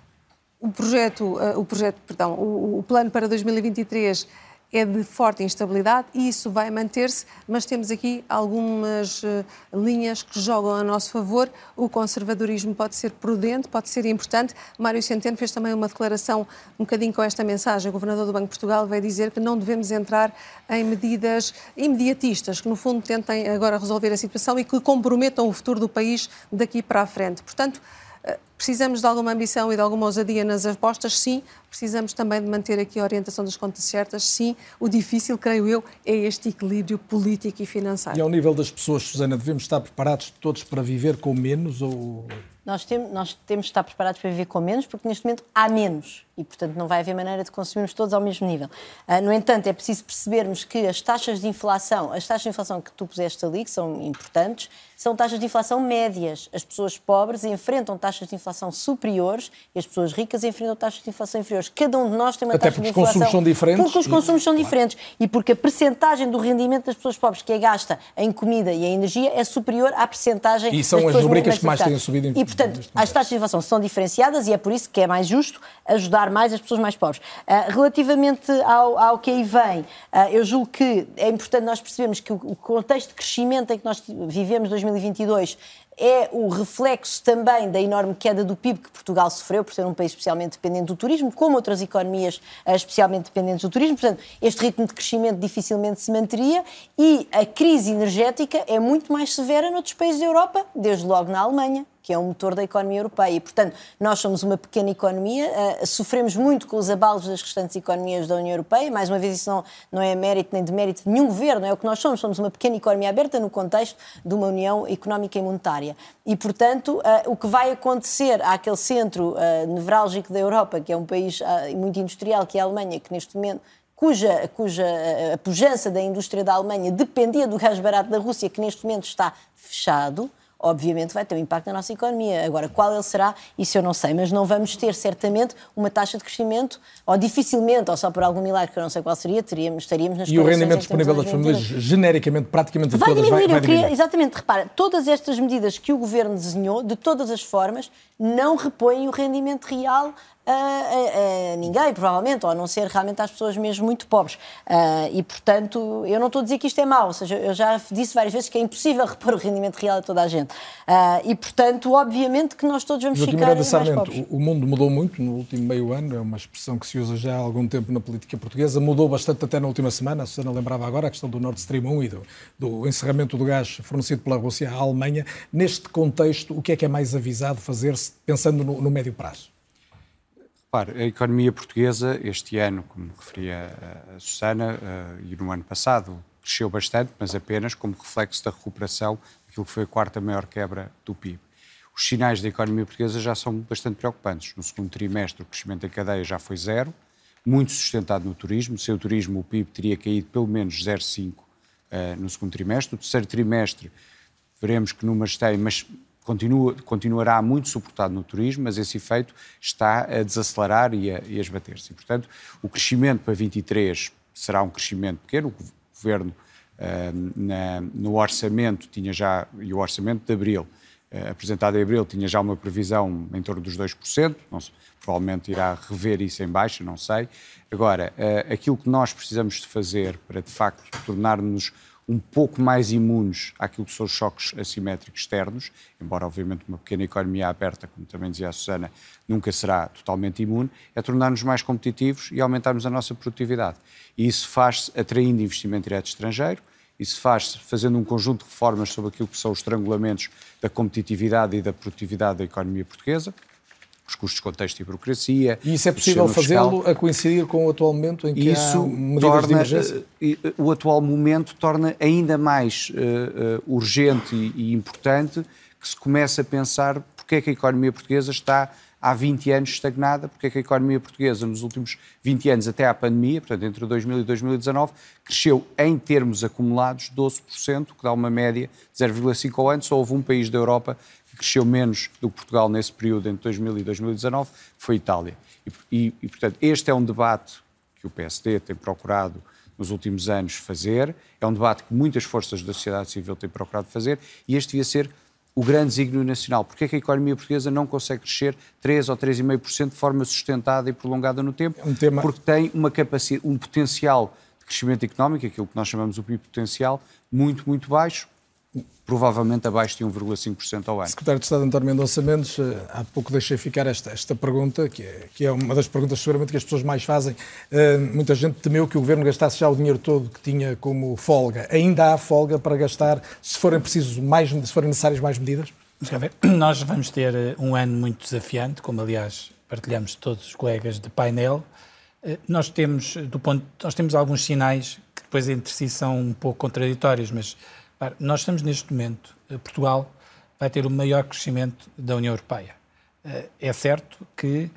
O plano para 2023 é de forte instabilidade e isso vai manter-se, mas temos aqui algumas linhas que jogam a nosso favor. O conservadorismo pode ser prudente, pode ser importante. Mário Centeno fez também uma declaração um bocadinho com esta mensagem. O Governador do Banco de Portugal vai dizer que não devemos entrar em medidas imediatistas, que no fundo tentem agora resolver a situação e que comprometam o futuro do país daqui para a frente. Portanto, precisamos de alguma ambição e de alguma ousadia nas apostas, sim. Precisamos também de manter aqui a orientação das contas certas, sim. O difícil, creio eu, é este equilíbrio político e financeiro. E ao nível das pessoas, Susana, devemos estar preparados todos para viver com menos ou... Nós temos de estar preparados para viver com menos, porque neste momento há menos e, portanto, não vai haver maneira de consumirmos todos ao mesmo nível. No entanto, é preciso percebermos que as taxas de inflação que tu puseste ali, que são importantes, são taxas de inflação médias. As pessoas pobres enfrentam taxas de inflação superiores e as pessoas ricas enfrentam taxas de inflação inferiores. Cada um de nós tem uma taxa de inflação... Até porque os consumos são diferentes. Porque os consumos são diferentes e porque a percentagem do rendimento das pessoas pobres que é gasta em comida e em energia é superior à percentagem... E são as rubricas que mais têm subido. E, portanto, as taxas de inflação são diferenciadas e é por isso que é mais justo ajudar mais as pessoas mais pobres. Relativamente ao que aí vem, eu julgo que é importante nós percebermos que o contexto de crescimento em que nós vivemos 2022 é o reflexo também da enorme queda do PIB que Portugal sofreu, por ser um país especialmente dependente do turismo, como outras economias especialmente dependentes do turismo. Portanto, este ritmo de crescimento dificilmente se manteria e a crise energética é muito mais severa noutros países da Europa, desde logo na Alemanha, que é um motor da economia europeia. E, portanto, nós somos uma pequena economia, sofremos muito com os abalos das restantes economias da União Europeia. Mais uma vez, isso não é mérito nem demérito de nenhum governo, é o que nós somos. Somos uma pequena economia aberta no contexto de uma União Económica e Monetária. E, portanto, o que vai acontecer àquele centro nevrálgico da Europa, que é um país muito industrial, que é a Alemanha, que neste momento cuja a pujança da indústria da Alemanha dependia do gás barato da Rússia, que neste momento está fechado, obviamente vai ter um impacto na nossa economia. Agora, qual ele será, isso eu não sei, mas não vamos ter certamente uma taxa de crescimento, ou dificilmente, ou só por algum milagre que eu não sei qual seria, estaríamos nas E o rendimento disponível das famílias, genericamente, praticamente vai todas, diminuir. vai diminuir. Exatamente, repara, todas estas medidas que o Governo desenhou, de todas as formas, não repõem o rendimento real a ninguém, provavelmente, ou a não ser realmente às pessoas mesmo muito pobres. E, portanto, eu não estou a dizer que isto é mau, ou seja, eu já disse várias vezes que é impossível repor o rendimento real a toda a gente. E, portanto, obviamente que nós todos vamos ficar mais pobres. O mundo mudou muito no último meio ano, é uma expressão que se usa já há algum tempo na política portuguesa, mudou bastante até na última semana, a Susana lembrava agora a questão do Nord Stream 1 e do encerramento do gás fornecido pela Rússia à Alemanha. Neste contexto, o que é mais avisado fazer-se pensando no médio prazo? Repare, a economia portuguesa este ano, como referia a Susana, e no ano passado, cresceu bastante, mas apenas como reflexo da recuperação daquilo que foi a quarta maior quebra do PIB. Os sinais da economia portuguesa já são bastante preocupantes. No segundo trimestre, o crescimento em cadeia já foi 0, muito sustentado no turismo. Sem o turismo, o PIB teria caído pelo menos 0,5 no segundo trimestre. No terceiro trimestre, veremos que números tem, mas continuará muito suportado no turismo, mas esse efeito está a desacelerar e a esbater-se. E, portanto, o crescimento para 23 será um crescimento pequeno. O Governo, no orçamento, tinha já, e o orçamento de abril, apresentado em abril, tinha já uma previsão em torno dos 2%, provavelmente irá rever isso em baixa, não sei. Agora, aquilo que nós precisamos de fazer para, de facto, tornar-nos um pouco mais imunes àquilo que são os choques assimétricos externos, embora obviamente uma pequena economia aberta, como também dizia a Susana, nunca será totalmente imune, é tornar-nos mais competitivos e aumentarmos a nossa produtividade. E isso faz-se atraindo investimento direto estrangeiro, isso faz-se fazendo um conjunto de reformas sobre aquilo que são os estrangulamentos da competitividade e da produtividade da economia portuguesa, os custos de contexto e burocracia. E isso é possível fazê-lo a coincidir com o atual momento em que há medidas de emergência? O atual momento torna ainda mais urgente e importante que se comece a pensar porque é que a economia portuguesa está há 20 anos estagnada, porque é que a economia portuguesa nos últimos 20 anos até à pandemia, portanto entre 2000 e 2019, cresceu em termos acumulados 12%, que dá uma média de 0,5 ao ano. Só houve um país da Europa que cresceu menos do que Portugal nesse período entre 2000 e 2019, foi a Itália. E, portanto, este é um debate que o PSD tem procurado nos últimos anos fazer, é um debate que muitas forças da sociedade civil têm procurado fazer, e este devia ser o grande desígnio nacional. Porque é que a economia portuguesa não consegue crescer 3 ou 3,5% de forma sustentada e prolongada no tempo? Porque tem uma capacidade, um potencial de crescimento económico, aquilo que nós chamamos o PIB potencial, muito, muito baixo, provavelmente abaixo de 1,5% ao ano. Secretário de Estado António Mendonça Mendes, há pouco deixei ficar esta pergunta, que é uma das perguntas seguramente que as pessoas mais fazem. Muita gente temeu que o Governo gastasse já o dinheiro todo que tinha como folga. Ainda há folga para gastar, se forem necessárias mais medidas? Nós vamos ter um ano muito desafiante, como aliás partilhamos todos os colegas de painel. Nós temos alguns sinais que depois entre si são um pouco contraditórios, mas nós estamos neste momento, Portugal vai ter o maior crescimento da União Europeia. É certo que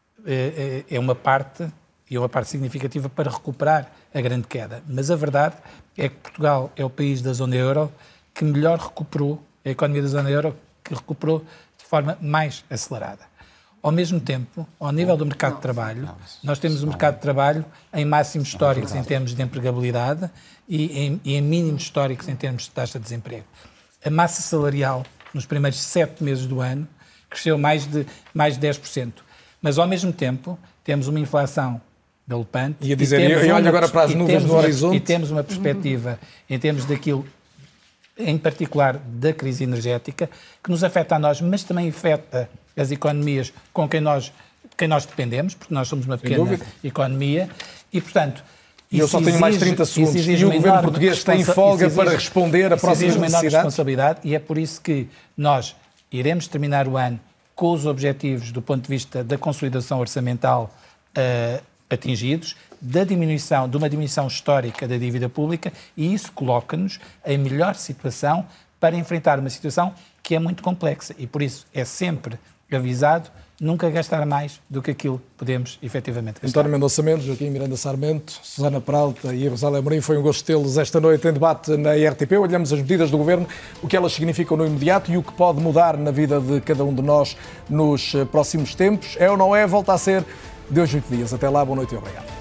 é uma parte significativa para recuperar a grande queda, mas a verdade é que Portugal é o país da zona euro que melhor recuperou, a economia da zona euro que recuperou de forma mais acelerada. Ao mesmo tempo, ao nível do mercado de trabalho, nós temos o mercado de trabalho em máximos históricos em termos de empregabilidade e em mínimos históricos em termos de taxa de desemprego. A massa salarial, nos primeiros 7 meses do ano, cresceu mais de 10%. Mas, ao mesmo tempo, temos uma inflação galopante. E olho agora para as nuvens no horizonte. E temos uma perspectiva, em termos daquilo, em particular da crise energética, que nos afeta a nós, mas também afeta as economias com quem nós dependemos, porque nós somos uma pequena economia, e, portanto... E eu só tenho mais 30 segundos. E o Governo português tem folga para responder a próximas necessidades? Responsabilidade, e é por isso que nós iremos terminar o ano com os objetivos do ponto de vista da consolidação orçamental atingidos, de uma diminuição histórica da dívida pública, e isso coloca-nos em melhor situação para enfrentar uma situação que é muito complexa, e por isso é sempre avisado nunca gastar mais do que aquilo que podemos efetivamente gastar. António Mendonça Mendes, Joaquim Miranda Sarmento, Susana Peralta e Rosália Amorim, foi um gosto tê-los esta noite em debate na RTP. Olhamos as medidas do Governo, o que elas significam no imediato e o que pode mudar na vida de cada um de nós nos próximos tempos. É ou não é? Volta a ser de hoje 8 dias. Até lá, boa noite e obrigado.